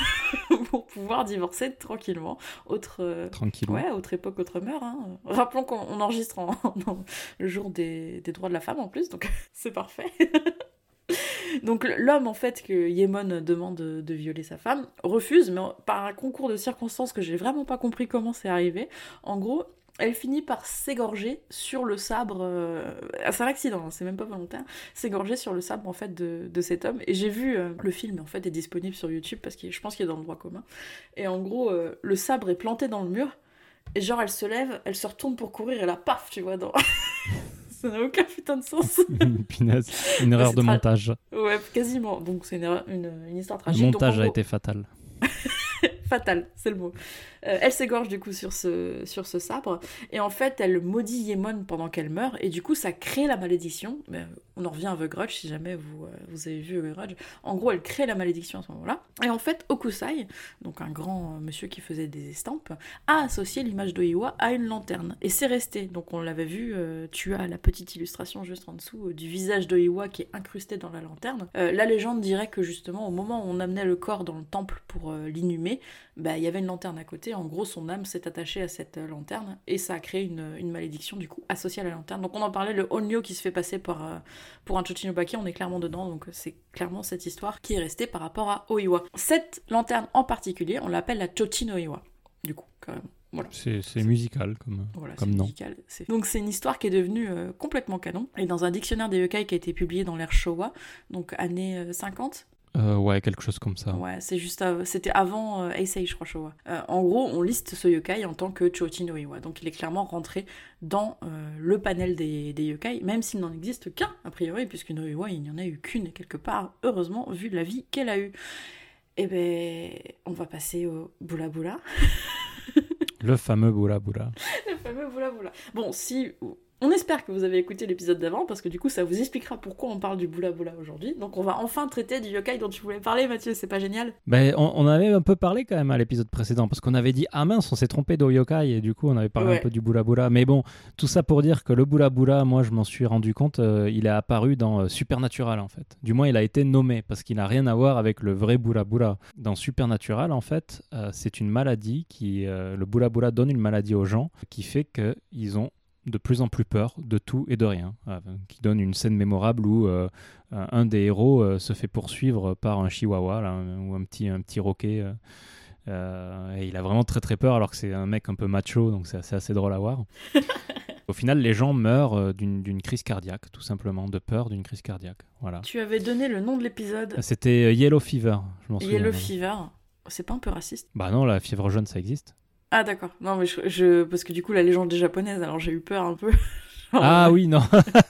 Pour pouvoir divorcer tranquillement. Autre, euh, Tranquille. ouais, autre époque, autre mœurs. Hein. Rappelons qu'on on enregistre en, en- le jour des, des droits de la femme en plus, donc c'est parfait. Donc l'homme en fait que Yemon demande de, de violer sa femme refuse, mais par un concours de circonstances que j'ai vraiment pas compris comment c'est arrivé. En gros, elle finit par s'égorger sur le sabre. Euh... ah, c'est un accident, hein, c'est même pas volontaire. S'égorger sur le sabre en fait de, de cet homme. Et j'ai vu euh, le film en fait est disponible sur YouTube parce que je pense qu'il est dans le droit commun. Et en gros, euh, le sabre est planté dans le mur. Et genre elle se lève, elle se retourne pour courir et là paf, tu vois dans. Ça n'a aucun putain de sens. Punaise, une erreur c'est de tra- montage. Ouais, quasiment. Donc c'est une, erreur- une, une histoire Le tragique. montage Donc, en a gros- été fatal. Fatal, c'est le mot. Euh, elle s'égorge du coup sur ce, sur ce sabre, et en fait elle maudit Yemon pendant qu'elle meurt, et du coup ça crée la malédiction. Mais on en revient à The Grudge si jamais vous, euh, vous avez vu The Grudge. En gros elle crée la malédiction à ce moment-là, et en fait Okusai, donc un grand euh, monsieur qui faisait des estampes, a associé l'image d'Oiwa à une lanterne, et c'est resté. Donc on l'avait vu, euh, tu as la petite illustration juste en dessous euh, du visage d'Oiwa qui est incrusté dans la lanterne. Euh, la légende dirait que justement au moment où on amenait le corps dans le temple pour euh, l'inhumer, bah, il y avait une lanterne à côté. En gros, son âme s'est attachée à cette euh, lanterne et ça a créé une, une malédiction du coup associée à la lanterne. Donc on en parlait, le Onryo qui se fait passer par, euh, pour un Chochinobaki, on est clairement dedans, donc c'est clairement cette histoire qui est restée par rapport à Oiwa. Cette lanterne en particulier, on l'appelle la Chochin Oiwa, du coup, quand même. Voilà. C'est, c'est musical comme, Voilà, comme c'est nom. musical. C'est... Donc c'est une histoire qui est devenue euh, complètement canon. Et dans un dictionnaire des yokai qui a été publié dans l'ère Showa, donc années euh, cinquante. Euh, ouais, quelque chose comme ça. Ouais, c'est juste av- c'était avant euh, Eisei, je crois, Showa. Euh, en gros, on liste ce yokai en tant que Chochin no Oiwa. Donc il est clairement rentré dans euh, le panel des, des yokai, même s'il n'en existe qu'un, a priori, puisque no Oiwa, il n'y en a eu qu'une quelque part, heureusement, vu la vie qu'elle a eue. Eh ben, on va passer au Bula Bula. Le fameux Bula Bula. Le fameux Bula Bula. Bon, si On espère que vous avez écouté l'épisode d'avant, parce que du coup, ça vous expliquera pourquoi on parle du Bula Bula aujourd'hui. Donc on va enfin traiter du yokai dont tu voulais parler, Mathieu, c'est pas génial? Ben, on, on avait un peu parlé quand même à l'épisode précédent, parce qu'on avait dit, ah mince, on s'est trompé de yokai, et du coup, on avait parlé Ouais. un peu du Bula Bula. Mais bon, tout ça pour dire que le Bula Bula, moi, je m'en suis rendu compte, euh, il est apparu dans euh, Supernatural, en fait. Du moins, il a été nommé, parce qu'il n'a rien à voir avec le vrai Bula Bula. Dans Supernatural, en fait, euh, c'est une maladie qui... euh, le Bula Bula donne une maladie aux gens, qui fait qu'ils ont de plus en plus peur de tout et de rien, euh, qui donne une scène mémorable où euh, un des héros euh, se fait poursuivre par un chihuahua là, ou un petit, un petit roquet euh, euh, et il a vraiment très très peur alors que c'est un mec un peu macho, donc c'est assez, assez drôle à voir. Au final, les gens meurent euh, d'une, d'une crise cardiaque, tout simplement, de peur d'une crise cardiaque. Voilà. Tu avais donné le nom de l'épisode, C'était Yellow Fever, je m'en souviens. Yellow maintenant. Fever. C'est pas un peu raciste? Bah non, la fièvre jaune, ça existe. Ah d'accord, non mais je, je- parce que du coup la légende est japonaise, alors j'ai eu peur un peu. Ah oui, non.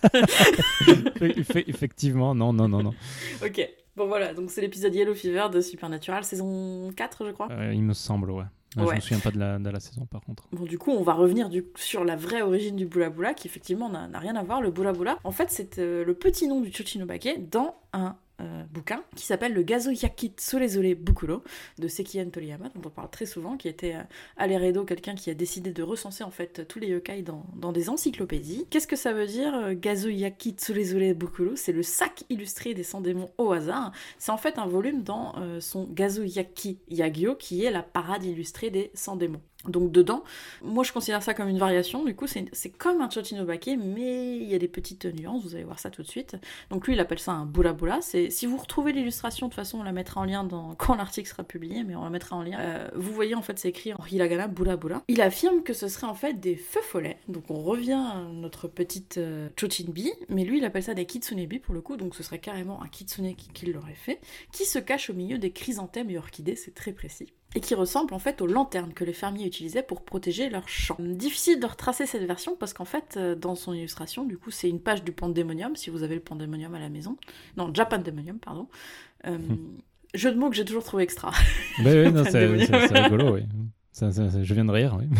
Effe- Effectivement, non, non, non, non. Ok, bon voilà, donc c'est l'épisode Yellow Fever de Supernatural, saison quatre je crois. Euh, il me semble, ouais. Ah, Ouais. Je me souviens pas de la, de la saison par contre. Bon du coup on va revenir du, sur la vraie origine du Bula Bula, qui effectivement n'a, n'a rien à voir. Le Bula Bula, en fait c'est euh, le petit nom du Chochinobake dans un euh, bouquin qui s'appelle le Gazoyaki Tsorezore Bukuro de Sekien Toriyama, dont on parle très souvent, qui était euh, à l'Eredo quelqu'un qui a décidé de recenser en fait tous les yokai dans, dans des encyclopédies. Qu'est-ce que ça veut dire euh, Gazoyaki Tsorezore Bukuro? C'est le sac illustré des cent démons au hasard. C'est en fait un volume dans euh, son Gazoyaki Yagyo, qui est la parade illustrée des cent démons. Donc dedans, moi je considère ça comme une variation, du coup c'est, c'est comme un Chochinobake, mais il y a des petites nuances, vous allez voir ça tout de suite. Donc lui il appelle ça un Bula Bula. C'est, si vous retrouvez l'illustration, de toute façon on la mettra en lien dans, quand l'article sera publié, mais on la mettra en lien. Euh, vous voyez en fait c'est écrit en hiragana Bula Bula. Il affirme que ce serait en fait des feux follets, donc on revient à notre petite euh, Chochinbi, mais lui il appelle ça des Kitsunebi pour le coup, donc ce serait carrément un Kitsune qui, qui l'aurait fait, qui se cache au milieu des chrysanthèmes et orchidées, c'est très précis, et qui ressemble en fait aux lanternes que les fermiers utilisaient pour protéger leurs champs. Difficile de retracer cette version parce qu'en fait, euh, dans son illustration, du coup, c'est une page du Pandemonium, si vous avez le Pandemonium à la maison. Non, Japandemonium, pardon. Euh, jeu de mots que j'ai toujours trouvé extra. Bah oui, non, c'est, Pandemonium. c'est, c'est rigolo, oui. Ça, ça, ça- je viens de rire, oui.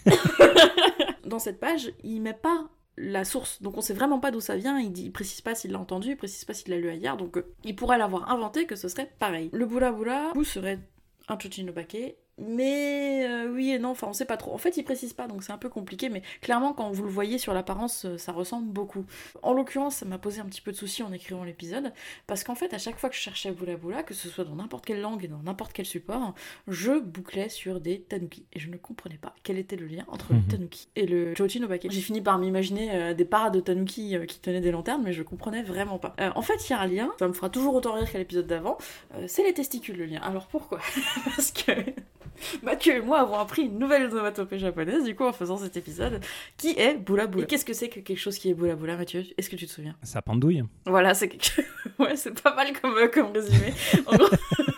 Dans cette page, il met pas la source, donc on sait vraiment pas d'où ça vient, il, dit, il précise pas s'il l'a entendu, il précise pas s'il l'a lu ailleurs, donc euh, il pourrait l'avoir inventé que ce serait pareil. Le Bula Bula, du coup, serait un Chochinobake, mais euh, oui et non, enfin on sait pas trop. En fait, il précise pas, donc c'est un peu compliqué, mais clairement, quand vous le voyez sur l'apparence, euh, ça ressemble beaucoup. En l'occurrence, ça m'a posé un petit peu de soucis en écrivant l'épisode, parce qu'en fait, à chaque fois que je cherchais Bula Bula, que ce soit dans n'importe quelle langue et dans n'importe quel support, je bouclais sur des tanuki, et je ne comprenais pas quel était le lien entre Mhm. le tanuki et le Chochinobake. J'ai fini par m'imaginer euh, des parades de tanuki euh, qui tenaient des lanternes, mais je comprenais vraiment pas. Euh, en fait, il y a un lien, ça me fera toujours autant rire qu'à l'épisode d'avant, euh, c'est les testicules le lien. Alors pourquoi? Parce que Mathieu et moi avons appris une nouvelle onomatopée japonaise, du coup, en faisant cet épisode, qui est Bula Bula. Et qu'est-ce que c'est que quelque chose qui est Bula Bula, Mathieu? Est-ce que tu te souviens? Ça pendouille. Voilà, c'est quelque chose... Ouais, c'est pas mal comme, euh, comme résumé. En gros...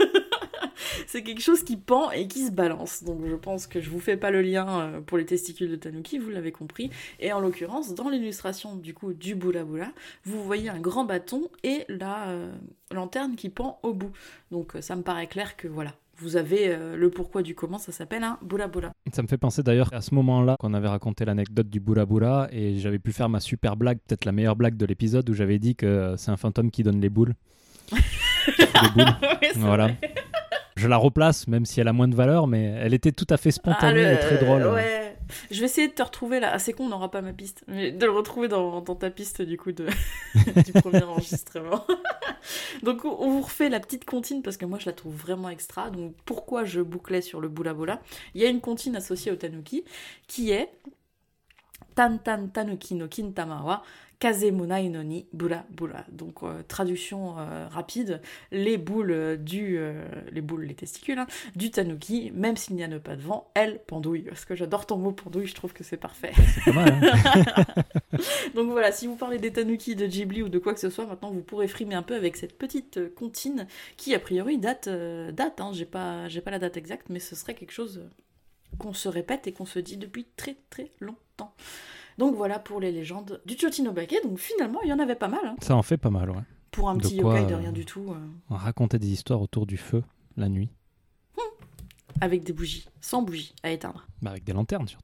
c'est quelque chose qui pend et qui se balance. Donc je pense que je vous fais pas le lien euh, pour les testicules de tanuki, vous l'avez compris. Et en l'occurrence, dans l'illustration du coup du Bula Bula, vous voyez un grand bâton et la euh, lanterne qui pend au bout. Donc euh, ça me paraît clair que voilà, vous avez euh, le pourquoi du comment, ça s'appelle un Bula Bula. Ça me fait penser d'ailleurs à ce moment-là qu'on avait raconté l'anecdote du Bula Bula et j'avais pu faire ma super blague, peut-être la meilleure blague de l'épisode où j'avais dit que euh, c'est un fantôme qui donne les boules. Qui fait des boules. Oui, c'est Voilà. vrai. Je la replace, même si elle a moins de valeur, mais elle était tout à fait spontanée Ah, le- et très drôle. Ouais. Je vais essayer de te retrouver là. Ah, c'est con, on n'aura pas ma piste. Mais de le retrouver dans, dans ta piste du coup de... du premier enregistrement. Donc on on vous refait la petite comptine parce que moi je la trouve vraiment extra. Donc pourquoi je bouclais sur le Bula Bula? Il y a une comptine associée au tanuki qui est Tan Tan Tanuki no Kintama wa Kaze Monai no ni Bula Bula. Donc euh, traduction euh, rapide, les boules euh, du euh, les boules les testicules hein, du tanuki, même s'il n'y en a pas de vent, elles pendouillent. Parce que j'adore ton mot pendouille, je trouve que c'est parfait. C'est pas mal, hein. Donc voilà, si vous parlez des tanuki de Ghibli ou de quoi que ce soit, maintenant vous pourrez frimer un peu avec cette petite euh, comptine qui a priori date euh, date hein, j'ai pas j'ai pas la date exacte, mais ce serait quelque chose euh, qu'on se répète et qu'on se dit depuis très très longtemps. Donc voilà pour les légendes du Chochinobake. Donc finalement, il y en avait pas mal. Hein. Ça en fait pas mal, ouais. Pour un De petit quoi, yokai de euh, rien du tout. euh, On racontait des histoires autour du feu la nuit, avec des bougies. Sans bougies à éteindre. bah, avec des lanternes surtout.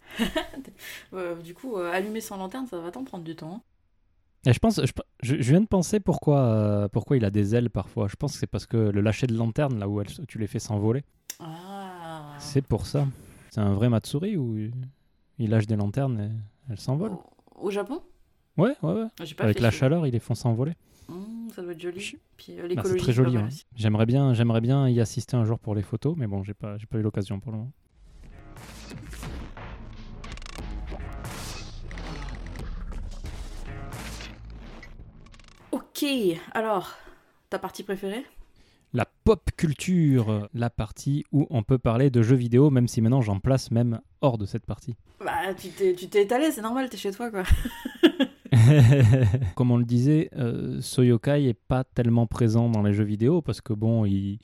Euh, du coup, euh, allumer sans lanterne, ça va t'en prendre du temps. Hein. Et je pense, je, je, je viens de penser pourquoi, euh, pourquoi il a des ailes parfois. Je pense que c'est parce que le lâcher de lanterne, là où elle, tu les fais s'envoler, Ah. c'est pour ça. C'est un vrai Matsuri où il lâche des lanternes et elles s'envolent. Au, au Japon? Ouais, ouais, ouais. J'ai pas Avec fait la celui-là. chaleur, ils les font s'envoler. Mmh, ça doit être joli. Je- Puis euh, Bah, l'écologie. c'est très c'est joli. pas mal Ouais. aussi. J'aimerais bien, j'aimerais bien y assister un jour pour les photos, mais bon, j'ai pas, j'ai pas eu l'occasion pour le moment. Ok, alors, ta partie préférée? La pop culture, la partie où on peut parler de jeux vidéo, même si maintenant j'en place même hors de cette partie. Bah, tu t'es, tu t'es étalé, c'est normal, t'es chez toi, quoi. Comme on le disait, euh, ce yokai est pas tellement présent dans les jeux vidéo parce que bon, il...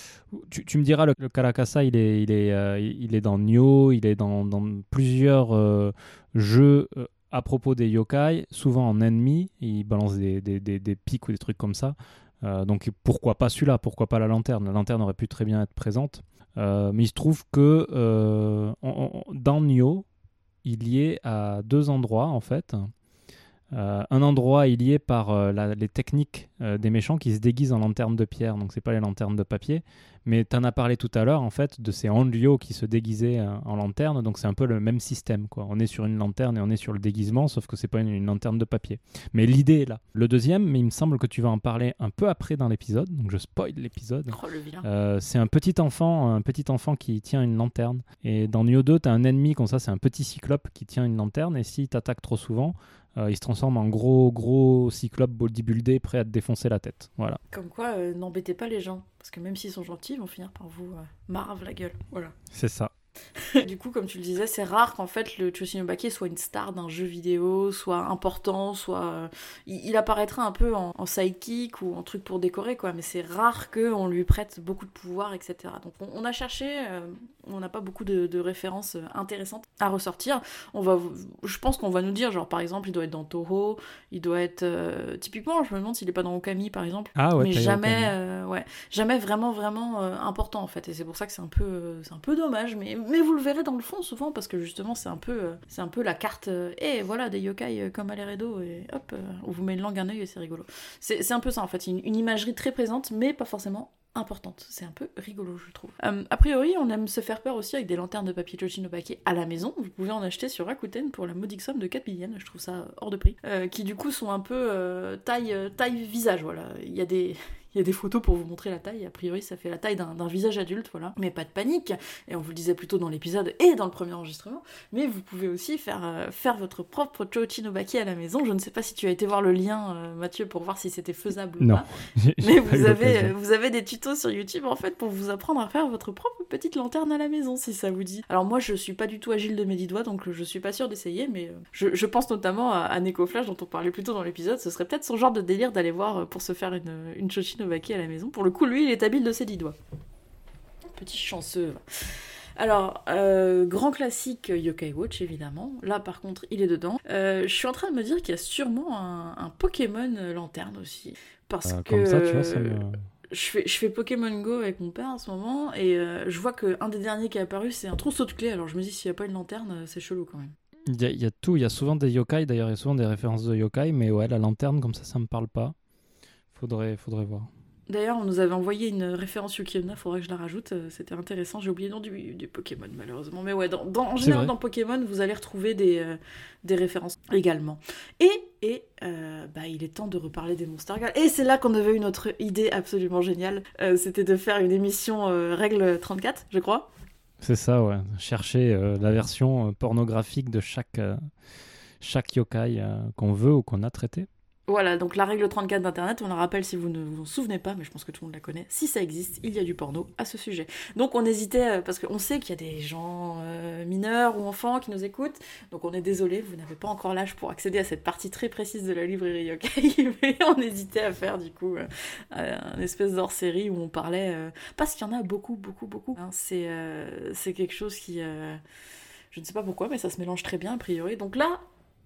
tu, tu me diras, le, le Karakasa, il est, il est, euh, il est dans Nioh, il est dans, dans plusieurs euh, jeux euh, à propos des yokai, souvent en ennemi, il balance des, des, des, des pics ou des trucs comme ça. Euh, donc pourquoi pas celui-là, pourquoi pas la lanterne? La lanterne aurait pu très bien être présente. Euh, mais il se trouve que euh, on, on, dans Nioh, il y est à deux endroits en fait. Euh, un endroit, il y est par euh, la, les techniques euh, des méchants qui se déguisent en lanternes de pierre, donc c'est pas les lanternes de papier, mais tu en as parlé tout à l'heure en fait de ces Hanryo qui se déguisaient euh, en lanterne, donc c'est un peu le même système quoi. On est sur une lanterne et on est sur le déguisement, sauf que c'est pas une, une lanterne de papier. Mais l'idée est là. Le deuxième, mais il me semble que tu vas en parler un peu après dans l'épisode, donc je spoil l'épisode. Oh, le vilain. Euh, c'est un petit enfant, un petit enfant qui tient une lanterne. Et dans Nioh deux, tu as un ennemi comme ça, c'est un petit cyclope qui tient une lanterne. Et s'il t'attaque trop souvent, euh, il se transforme en gros, gros cyclope bodybuildé prêt à te défoncer la tête. Voilà. Comme quoi, euh, n'embêtez pas les gens. Parce que même s'ils sont gentils, ils vont finir par vous euh, marave la gueule. Voilà. C'est ça. Du coup, comme tu le disais, c'est rare qu'en fait le Choshinobake soit une star d'un jeu vidéo, soit important, soit... euh, il, il apparaîtra un peu en, en sidekick ou en truc pour décorer, quoi. Mais c'est rare qu'on lui prête beaucoup de pouvoir, et cetera. Donc on, on a cherché, euh, on n'a pas beaucoup de, de références intéressantes à ressortir. On va, je pense qu'on va nous dire, genre par exemple, il doit être dans Toho, il doit être... euh, typiquement, je me demande s'il est pas dans Okami, par exemple. Ah ouais, mais t'as eu jamais, Okami. euh, ouais, jamais vraiment, vraiment euh, important, en fait. Et c'est pour ça que c'est un peu, euh, c'est un peu dommage, mais... Mais vous le verrez dans le fond souvent parce que justement c'est un peu, euh, c'est un peu la carte. Et euh, hey, voilà des yokai euh, comme Aleredo et hop, euh, on vous met une langue, un œil et c'est rigolo. C'est, c'est un peu ça en fait, une, une imagerie très présente mais pas forcément importante. C'est un peu rigolo je trouve. Euh, a priori on aime se faire peur aussi avec des lanternes de papier Choshinobake à la maison. Vous pouvez en acheter sur Rakuten pour la modique somme de quatre yens. Je trouve ça hors de prix. Euh, qui du coup sont un peu euh, taille, taille visage. Voilà, il y a des Il y a des photos pour vous montrer la taille. A priori, ça fait la taille d'un, d'un visage adulte, voilà. Mais pas de panique. Et on vous le disait plutôt dans l'épisode et dans le premier enregistrement. Mais vous pouvez aussi faire, euh, faire votre propre Choshinobake à la maison. Je ne sais pas si tu as été voir le lien, euh, Mathieu, pour voir si c'était faisable Non. ou pas. J'ai, j'ai Mais pas eu vous avez, l'occasion. euh, vous avez des tutos sur YouTube, en fait, pour vous apprendre à faire votre propre petite lanterne à la maison, si ça vous dit. Alors moi, je suis pas du tout agile de mes dix doigts, donc je suis pas sûre d'essayer, mais euh, je, je pense notamment à, à Neko Flash, dont on parlait plus tôt dans l'épisode. Ce serait peut-être son genre de délire d'aller voir euh, pour se faire une, une Choshinobake à la maison. Pour le coup, lui, il est habile de ses dix doigts. Petit chanceux. Alors, euh, grand classique Yokai Watch, évidemment. Là, par contre, il est dedans. Euh, je suis en train de me dire qu'il y a sûrement un, un Pokémon lanterne aussi. Parce Euh, que... comme ça, tu vois, ça me... Je fais, je fais Pokémon Go avec mon père en ce moment, et euh, je vois qu'un des derniers qui est apparu, c'est un trousseau de clés. Alors je me dis, s'il n'y a pas une lanterne, c'est chelou quand même. Il y, a, il y a tout, il y a souvent des yokai, d'ailleurs, il y a souvent des références de yokai, mais ouais, la lanterne, comme ça, ça me parle pas. Faudrait, faudrait voir. D'ailleurs, on nous avait envoyé une référence Yuki-onna, faudrait que je la rajoute, euh, c'était intéressant, j'ai oublié le nom du, du Pokémon malheureusement. Mais ouais, dans, dans, en C'est général vrai. dans Pokémon, vous allez retrouver des, euh, des références également. Et, et euh, bah, il est temps de reparler des Monster Girls. Et c'est là qu'on avait eu notre idée absolument géniale, euh, c'était de faire une émission euh, règle trente-quatre, je crois. C'est ça, ouais. Chercher euh, la version euh, pornographique de chaque, euh, chaque yokai euh, qu'on veut ou qu'on a traité. Voilà, donc la règle trente-quatre d'Internet, on la rappelle si vous ne vous en souvenez pas, mais je pense que tout le monde la connaît. Si ça existe, il y a du porno à ce sujet. Donc on hésitait, euh, parce qu'on sait qu'il y a des gens euh, mineurs ou enfants qui nous écoutent, donc on est désolé, vous n'avez pas encore l'âge pour accéder à cette partie très précise de la librairie Yokai, mais on hésitait à faire du coup euh, un espèce d'hors-série où on parlait... Euh, parce qu'il y en a beaucoup, beaucoup, beaucoup. Hein, c'est, euh, c'est quelque chose qui... Euh, je ne sais pas pourquoi, mais ça se mélange très bien a priori. Donc là...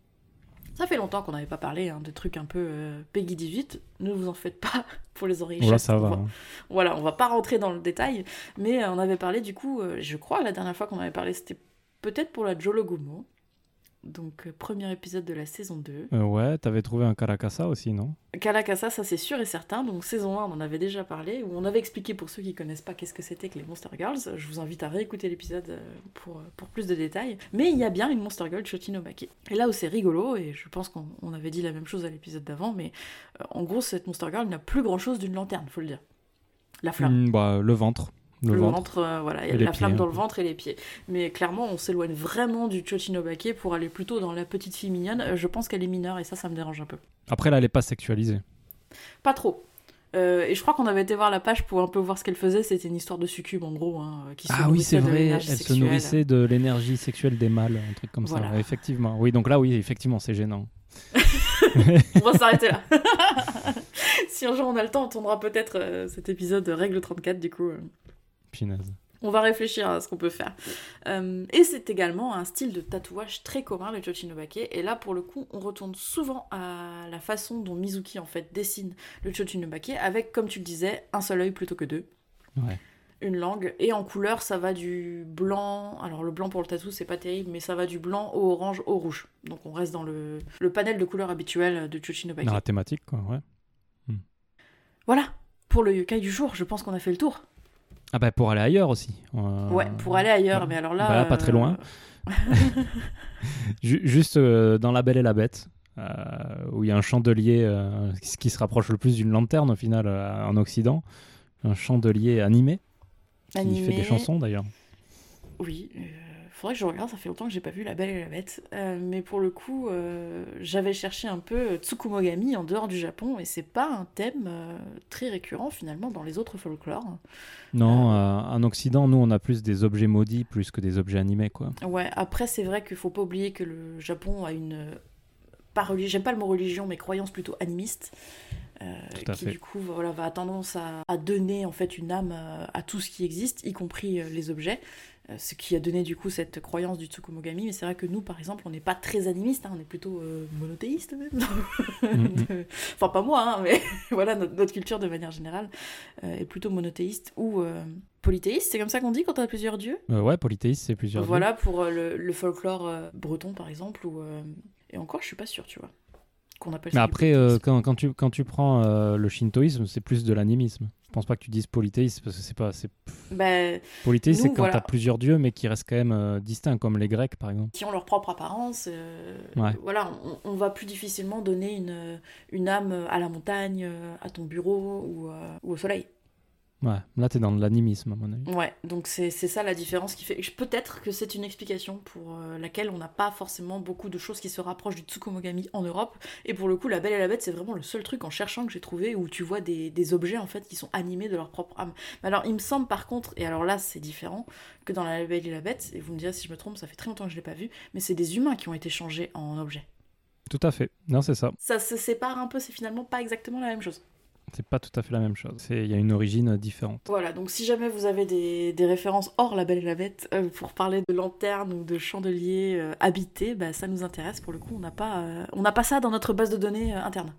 Ça fait longtemps qu'on n'avait pas parlé hein, de trucs un peu euh, Peggy dix-huit, ne vous en faites pas pour les oreilles Voilà, chastes. ça on va. va- hein. Voilà, on va pas rentrer dans le détail, mais euh, on avait parlé du coup, euh, je crois la dernière fois qu'on avait parlé c'était peut-être pour la Jologumo. Donc, euh, premier épisode de la saison deux. Euh, ouais, t'avais trouvé un Karakasa aussi, non? Karakasa, ça c'est sûr et certain. Donc, saison un, on en avait déjà parlé, où on avait expliqué pour ceux qui connaissent pas qu'est-ce que c'était que les Monster Girls. Je vous invite à réécouter l'épisode euh, pour, pour plus de détails. Mais il y a bien une Monster Girl Chotinobake. Et là où c'est rigolo, et je pense qu'on on avait dit la même chose à l'épisode d'avant, mais euh, en gros, cette Monster Girl n'a plus grand-chose d'une lanterne, faut le dire. La flamme. Mm, bah, le ventre. Le, Le ventre, ventre, euh, voilà, il y a Et de les la flamme pieds, dans hein. le ventre et les pieds. Mais clairement, on s'éloigne vraiment du Chotinobake pour aller plutôt dans la petite fille mignonne. Euh, Je pense qu'elle est mineure et ça, ça me dérange un peu. Après, là, elle est pas sexualisée. Pas trop. Euh, et je crois qu'on avait été voir la page pour un peu voir ce qu'elle faisait. C'était une histoire de succube, en gros, hein, qui se Ah oui, c'est nourrissait de vrai, elle l'énergie se sexuelle. nourrissait de l'énergie sexuelle des mâles, un truc comme Voilà. ça. Ouais, effectivement. Oui, donc là, oui, effectivement, c'est gênant. On va s'arrêter là. Si un jour on a le temps, on tournera peut-être euh, cet épisode de Règle trente-quatre, du coup. euh. Pinaise. On va réfléchir à ce qu'on peut faire. Euh, et c'est également un style de tatouage très commun, le Chotinobake. Et là, pour le coup, on retourne souvent à la façon dont Mizuki, en fait, dessine le Chotinobake, avec, comme tu le disais, un seul œil plutôt que deux. Ouais. Une langue. Et en couleur, ça va du blanc... Alors, le blanc pour le tatou, c'est pas terrible, mais ça va du blanc au orange au rouge. Donc, on reste dans le, le panel de couleurs habituel de Chotinobake. Dans la thématique, quoi, ouais. Voilà. Pour le yokai du jour, je pense qu'on a fait le tour. Ah bah, pour aller ailleurs aussi. Euh, Ouais, pour aller ailleurs, ouais. mais alors là... Bah là, pas très loin. Ju- Juste euh, dans La Belle et la Bête, euh, où il y a un chandelier euh, ce qui se rapproche le plus d'une lanterne au final euh, en Occident, un chandelier animé qui Animé. fait des chansons d'ailleurs. Oui, euh, faudrait que je regarde, ça fait longtemps que j'ai pas vu La Belle et la Bête. Euh, mais pour le coup, euh, j'avais cherché un peu Tsukumogami en dehors du Japon, et c'est pas un thème euh, très récurrent finalement dans les autres folklores. Non, Euh. euh, en Occident, nous on a plus des objets maudits plus que des objets animés quoi. Ouais, après c'est vrai qu'il faut pas oublier que le Japon a une... Pas reli- J'aime pas le mot religion, mais croyance plutôt animiste. Euh, Tout à qui fait. du coup voilà, va à tendance à, à donner en fait une âme euh, à tout ce qui existe, y compris euh, les objets, euh, ce qui a donné du coup cette croyance du Tsukumogami. Mais c'est vrai que nous par exemple on n'est pas très animiste, hein, on est plutôt euh, monothéiste même. Mhm. De- enfin pas moi, hein, mais voilà, notre, notre culture de manière générale euh, est plutôt monothéiste ou euh, polythéiste, c'est comme ça qu'on dit quand on a plusieurs dieux. Euh, ouais, polythéiste c'est plusieurs. Voilà pour euh, le, le folklore euh, breton par exemple, ou, euh, et encore je suis pas sûre, tu vois. Qu'on appelle Mais ça du après, euh, polythéisme. quand, quand, tu, quand tu prends euh, le shintoïsme, c'est plus de l'animisme. Je pense pas que tu dises polythéisme parce que c'est pas. C'est... Bah, Polythéisme, Nous, c'est quand voilà. t'as plusieurs dieux mais qui restent quand même euh, distincts, comme les Grecs par exemple. qui ont leur propre apparence. euh, Ouais. Voilà, on, on va plus difficilement donner une, une âme à la montagne, à ton bureau ou, euh, ou au soleil. Ouais, là t'es dans de l'animisme à mon avis. Ouais, donc c'est c'est ça la différence qui fait. Peut-être que c'est une explication pour euh, laquelle on n'a pas forcément beaucoup de choses qui se rapprochent du Tsukumogami en Europe. Et pour le coup, La Belle et la Bête, c'est vraiment le seul truc en cherchant que j'ai trouvé où tu vois des, des objets en fait qui sont animés de leur propre âme. Mais alors, il me semble par contre, et alors là c'est différent, que dans La Belle et la Bête, et vous me direz si je me trompe, ça fait très longtemps que je l'ai pas vu, mais c'est des humains qui ont été changés en objets. Tout à fait. Non, c'est ça. Ça se sépare un peu, c'est finalement pas exactement la même chose. C'est pas tout à fait la même chose. C'est- Il y a une origine différente. Voilà, donc si jamais vous avez des, des références hors La Belle et la Bête euh, pour parler de lanterne ou de chandelier euh, habité, bah, ça nous intéresse. Pour le coup, on n'a pas, euh, on n'a pas ça dans notre base de données euh, interne.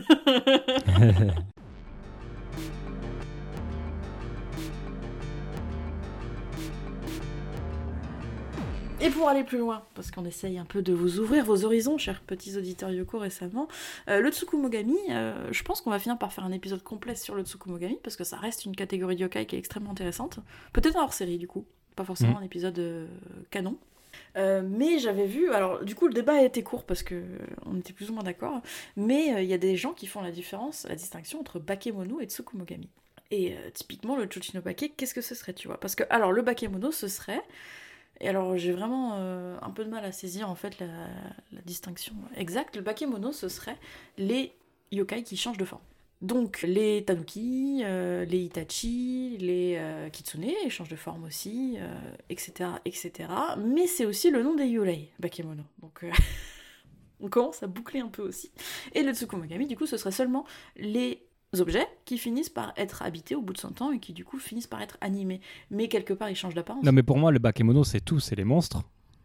Et pour aller plus loin, parce qu'on essaye un peu de vous ouvrir vos horizons, chers petits auditeurs Yoko récemment, euh, le Tsukumogami, euh, je pense qu'on va finir par faire un épisode complet sur le Tsukumogami, parce que ça reste une catégorie de yokai qui est extrêmement intéressante. Peut-être un hors-série du coup, pas forcément Mhm. un épisode euh, canon. Euh, mais j'avais vu, alors du coup le débat a été court parce que on était plus ou moins d'accord, mais il euh, y a des gens qui font la différence, la distinction entre Bakemono et Tsukumogami. Et euh, typiquement le Chochinobake, qu'est-ce que ce serait, tu vois? Parce que alors le Bakemono ce serait, et alors j'ai vraiment euh, un peu de mal à saisir en fait la, la distinction exacte, le Bakemono ce serait les yokai qui changent de forme. Donc les tanuki, euh, les itachi, les euh, kitsune, ils changent de forme aussi, euh, et cetera, et cetera. Mais c'est aussi le nom des yurei, Bakemono. Donc euh, on commence à boucler un peu aussi. Et le Tsukumogami, du coup, ce serait seulement les objets qui finissent par être habités au bout de cent ans et qui, du coup, finissent par être animés. Mais quelque part, ils changent d'apparence. Non, mais pour moi, le bakemono, c'est tout. C'est les monstres.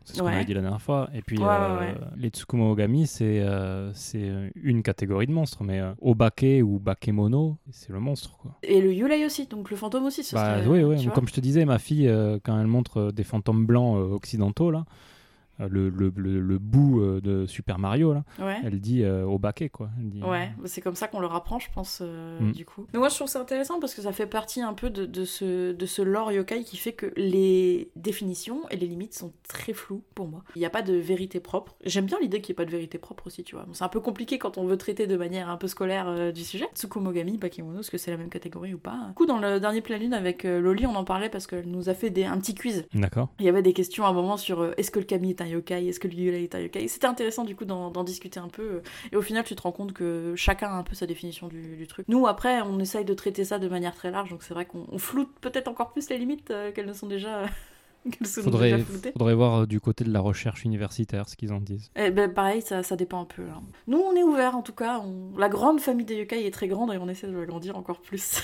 c'est ce Ouais. qu'on avait dit la dernière fois. Et puis, Ouais, euh, ouais, ouais. les Tsukumo Ogami, c'est, euh, c'est une catégorie de monstres, mais euh, Obake ou Bakemono, c'est le monstre, quoi. Et le Yulai aussi, donc le fantôme aussi, ce Bah serait, oui, euh, oui. tu vois. Comme je te disais, ma fille, euh, quand elle montre euh, des fantômes blancs euh, occidentaux, là, euh, le, le, le, le bout euh, de Super Mario, là, Ouais. elle dit euh, Obake, quoi. Elle dit, Ouais, bah, c'est comme ça qu'on leur apprend, je pense, euh, Mm. du coup. Mais moi, je trouve ça intéressant parce que ça fait partie un peu de, de ce, de ce lore yokai qui fait que les définitions et les limites sont très floues pour moi. Il n'y a pas de vérité propre. J'aime bien l'idée qu'il n'y ait pas de vérité propre aussi, tu vois. Bon, c'est un peu compliqué quand on veut traiter de manière un peu scolaire euh, du sujet. Tsukumogami, Bakemono, est-ce que c'est la même catégorie ou pas? Du coup, dans le dernier Pleine Lune avec euh, Loli, on en parlait parce qu'elle nous a fait des, un petit quiz. D'accord. Il y avait des questions à un moment sur euh, est-ce que le kami est un yokai, est-ce que le yulai est un yokai. C'était intéressant du coup d'en, d'en discuter un peu. euh, Et au final, tu te rends compte que chacun a un peu sa définition du, du truc. Nous, après, on essaye de traiter ça de manière très large, donc c'est vrai qu'on on floute peut-être encore plus les limites euh, qu'elles ne sont déjà, qu'elles sont Faudrait, déjà floutées. faudrait voir euh, du côté de la recherche universitaire ce qu'ils en disent. Eh ben, pareil, ça, ça dépend un peu. Hein. Nous, on est ouvert en tout cas. On... La grande famille des yokai est très grande et on essaie de l'agrandir encore plus.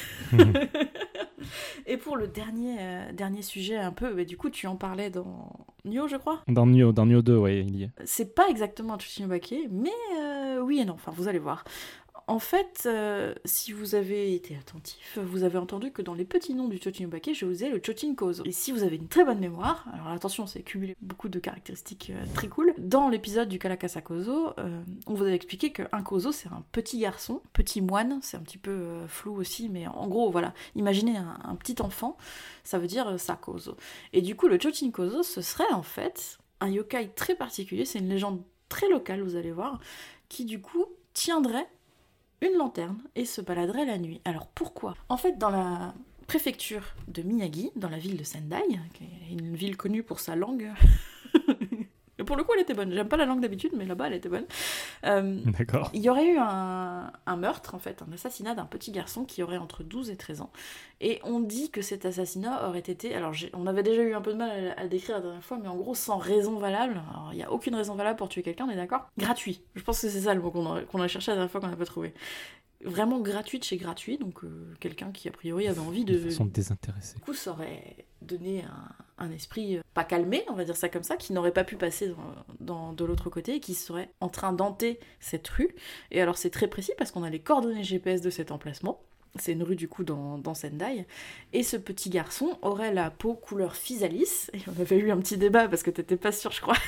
Et pour le dernier, euh, dernier sujet, un peu, bah, du coup, tu en parlais dans Nioh, je crois. Dans Nioh, dans Nioh deux, ouais, il y est. C'est pas exactement un Tsuchinobake, mais euh, oui et non. Enfin, vous allez voir. En fait, euh, si vous avez été attentif, vous avez entendu que dans les petits noms du Chochinobake, je vous ai le Chochin Kozo. Et si vous avez une très bonne mémoire, alors attention, c'est cumulé beaucoup de caractéristiques euh, très cool. Dans l'épisode du Kalakasa Kozo, euh, on vous a expliqué qu'un Kozo, c'est un petit garçon, petit moine, c'est un petit peu euh, flou aussi, mais en gros, voilà, imaginez un, un petit enfant, ça veut dire euh, ça, Kozo. Et du coup, le Chochin Kozo, ce serait en fait un yokai très particulier, c'est une légende très locale, vous allez voir, qui du coup tiendrait une lanterne et se baladerait la nuit. Alors pourquoi? En fait, dans la préfecture de Miyagi, dans la ville de Sendai, qui est une ville connue pour sa langue... Et pour le coup, elle était bonne. J'aime pas la langue d'habitude, mais là-bas, elle était bonne. Euh, D'accord. il y aurait eu un, un meurtre, en fait, un assassinat d'un petit garçon qui aurait entre douze et treize ans. Et on dit que cet assassinat aurait été... Alors, j'ai- on avait déjà eu un peu de mal à, à le décrire la dernière fois, mais en gros, sans raison valable. Alors, il n'y a aucune raison valable pour tuer quelqu'un, on est d'accord? Gratuit. Je pense que c'est ça le mot qu'on a, qu'on a cherché la dernière fois, qu'on n'a pas trouvé. Vraiment gratuit de chez gratuit, donc euh, quelqu'un qui, a priori, avait envie De de... façon désintéressée. Du coup, ça aurait donné un, un esprit euh, pas calmé, on va dire ça comme ça, qui n'aurait pas pu passer dans, dans- de l'autre côté et qui serait en train d'hanter cette rue. Et alors, c'est très précis parce qu'on a les coordonnées G P S de cet emplacement. C'est une rue du coup dans, dans Sendai. Et ce petit garçon aurait la peau couleur physalis. Et on avait eu un petit débat parce que t'étais pas sûr, je crois.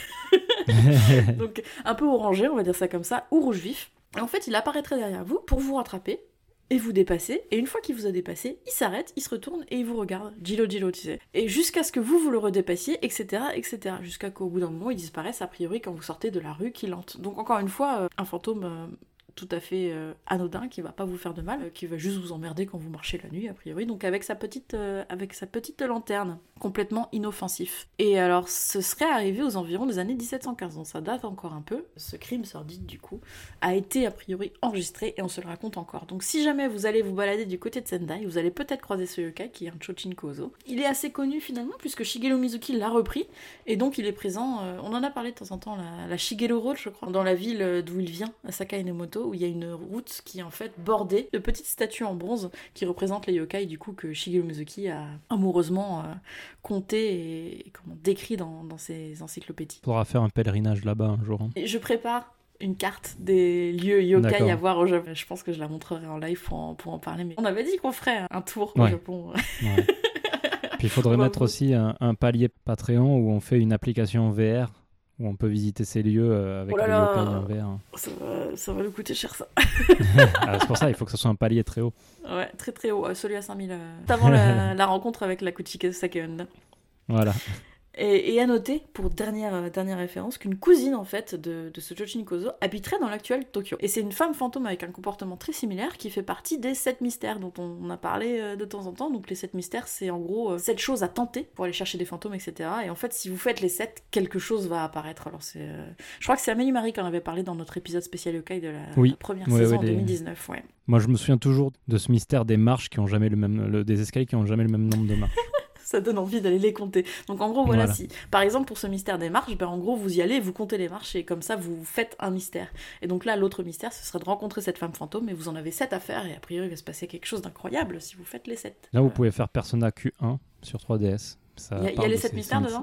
Donc un peu orangé, on va dire ça comme ça, ou rouge vif. Et en fait, il apparaîtrait derrière vous pour vous rattraper et vous dépasser. Et une fois qu'il vous a dépassé, il s'arrête, il se retourne et il vous regarde. Gilo Gilo, tu sais. Et jusqu'à ce que vous, vous le redépassiez, et cetera, et cetera. Jusqu'à qu'au bout d'un moment, il disparaisse, a priori, quand vous sortez de la rue qui hante. Donc encore une fois, euh, un fantôme... euh, tout à fait euh, anodin, qui va pas vous faire de mal, euh, qui va juste vous emmerder quand vous marchez la nuit, a priori, donc avec sa petite, euh, avec sa petite lanterne, complètement inoffensif. Et alors, ce serait arrivé aux environs des années dix-sept cent quinze, donc ça date encore un peu. Ce crime sordide, du coup, a été a priori enregistré, et on se le raconte encore. Donc si jamais vous allez vous balader du côté de Sendai, vous allez peut-être croiser ce yokai, qui est un Chochin Kozo. Il est assez connu, finalement, puisque Shigeru Mizuki l'a repris, et donc il est présent, euh, on en a parlé de temps en temps, la, la Shigeru Road, je crois, dans la ville d'où il vient, à Sakai Nemoto, où il y a une route qui est en fait bordée de petites statues en bronze qui représentent les yokai du coup que Shigeru Mizuki a amoureusement euh, compté et, et comment, décrit dans, dans ses encyclopédies. Faudra faire un pèlerinage là-bas un jour. hein. Et je prépare une carte des lieux yokai D'accord. à voir au Japon. Je pense que je la montrerai en live pour en, pour en parler, mais on avait dit qu'on ferait un tour au Ouais. Japon. Ouais. Puis il faudrait Bah, mettre vous- aussi un, un palier Patreon où on fait une application V R où on peut visiter ces lieux euh, avec Oh là le là. yokai en V R. Ça va, ça va nous coûter cher ça. Ah, c'est pour ça, il faut que ce soit un palier très haut. Ouais, très très haut, euh, celui à cinq mille. Euh... Avant la, la rencontre avec la Kuchika Sakehonda. Voilà. Et, et à noter, pour dernière, euh, dernière référence, qu'une cousine en fait de, de ce Chochin Kozo habiterait dans l'actuel Tokyo. Et c'est une femme fantôme avec un comportement très similaire qui fait partie des sept mystères dont on, on a parlé euh, de temps en temps. Donc les sept mystères, c'est en gros euh, sept choses à tenter pour aller chercher des fantômes, et cetera. Et en fait, si vous faites les sept, quelque chose va apparaître. Alors c'est, euh, je crois que c'est Amélie Marie qui en avait parlé dans notre épisode spécial yokai de la, Oui. la première Ouais, saison ouais, en les- deux mille dix-neuf. Ouais. Moi, je me souviens toujours de ce mystère des marches qui ont jamais le même, le- des escaliers qui ont jamais le même nombre de marches. Ça donne envie d'aller les compter. Donc en gros, voilà, Voilà. si par exemple pour ce mystère des marches, ben en gros vous y allez, vous comptez les marches et comme ça vous faites un mystère. Et donc là, l'autre mystère, ce serait de rencontrer cette femme fantôme et vous en avez sept à faire et a priori il va se passer quelque chose d'incroyable si vous faites les sept. Là, vous Euh, pouvez faire Persona Q un sur trois D S. Ça Il y a, il y a parle les de sept ces mystères cinq- dedans.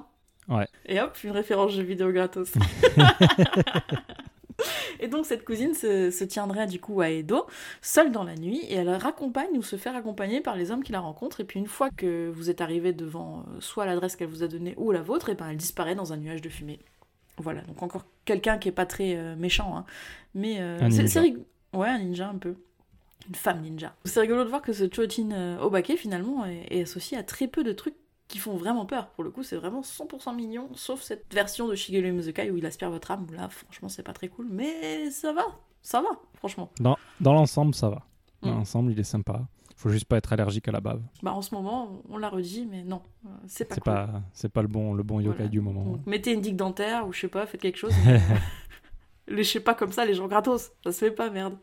Ouais. Et hop, une référence jeu vidéo gratos. Et donc cette cousine se, se tiendrait du coup à Edo, seule dans la nuit, et elle raccompagne ou se fait accompagner par les hommes qui la rencontrent, et puis une fois que vous êtes arrivé devant euh, soit l'adresse qu'elle vous a donnée ou la vôtre, et ben elle disparaît dans un nuage de fumée. Voilà, donc encore quelqu'un qui est pas très euh, méchant, hein. Mais euh, Un c'est, ninja. c'est rig- Ouais, un ninja un peu. Une femme ninja. C'est rigolo de voir que ce Chojin euh, Obake finalement est, est associé à très peu de trucs qui font vraiment peur. Pour le coup, c'est vraiment cent pour cent mignon, sauf cette version de Shigeru Mizukai où il aspire votre âme, où là, franchement, c'est pas très cool, mais ça va, ça va, franchement. Dans, dans l'ensemble, ça va. Dans Mm. l'ensemble, il est sympa. Faut juste pas être allergique à la bave. Bah en ce moment, on l'a redit, mais non, euh, c'est pas C'est cool. pas, c'est pas le bon, le bon yokai Voilà. du moment. Donc, mettez une digue dentaire, ou je sais pas, faites quelque chose, mais... léchez pas comme ça les gens gratos, ça se fait pas, merde.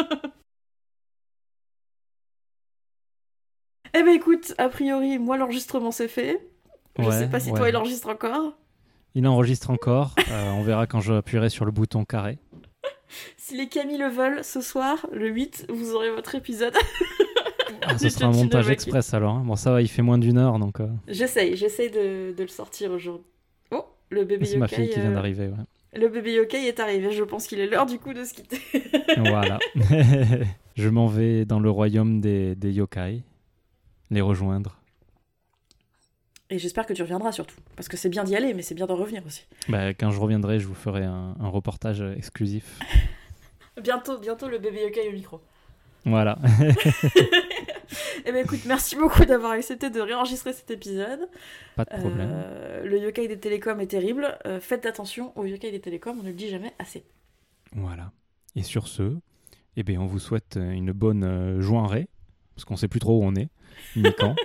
Eh ben écoute, a priori, moi l'enregistrement c'est fait. Je Ouais, sais pas si ouais. toi il enregistre encore. Il enregistre encore. Euh, on verra quand je appuierai sur le bouton carré. Si les Camille le veulent, ce soir, le huit, vous aurez votre épisode. Ah, ce Du sera un Chojin montage Obake. express alors. hein. Bon, ça va, il fait moins d'une heure, donc euh, J'essaye, j'essaye de, de le sortir aujourd'hui. Oh, le bébé c'est ma yokai. fille qui vient euh, d'arriver. ouais. Le bébé yokai est arrivé, je pense qu'il est l'heure du coup de se quitter. Voilà. Je m'en vais dans le royaume des, des yokai, les rejoindre. Et j'espère que tu reviendras surtout, parce que c'est bien d'y aller, mais c'est bien d'en revenir aussi. Bah, quand je reviendrai, je vous ferai un, un reportage exclusif. Bientôt, bientôt le bébé yokai au micro. Voilà. Eh ben écoute, merci beaucoup d'avoir accepté de réenregistrer cet épisode. Pas de problème. Euh, le yokai des télécoms est terrible. Euh, faites attention au yokai des télécoms, on ne le dit jamais assez. Voilà. Et sur ce, eh bien, on vous souhaite une bonne euh, joinrée, parce qu'on sait plus trop où on est, ni quand.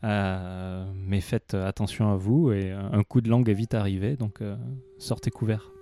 Euh, mais faites attention à vous, et un coup de langue est vite arrivé, donc euh, sortez couverts.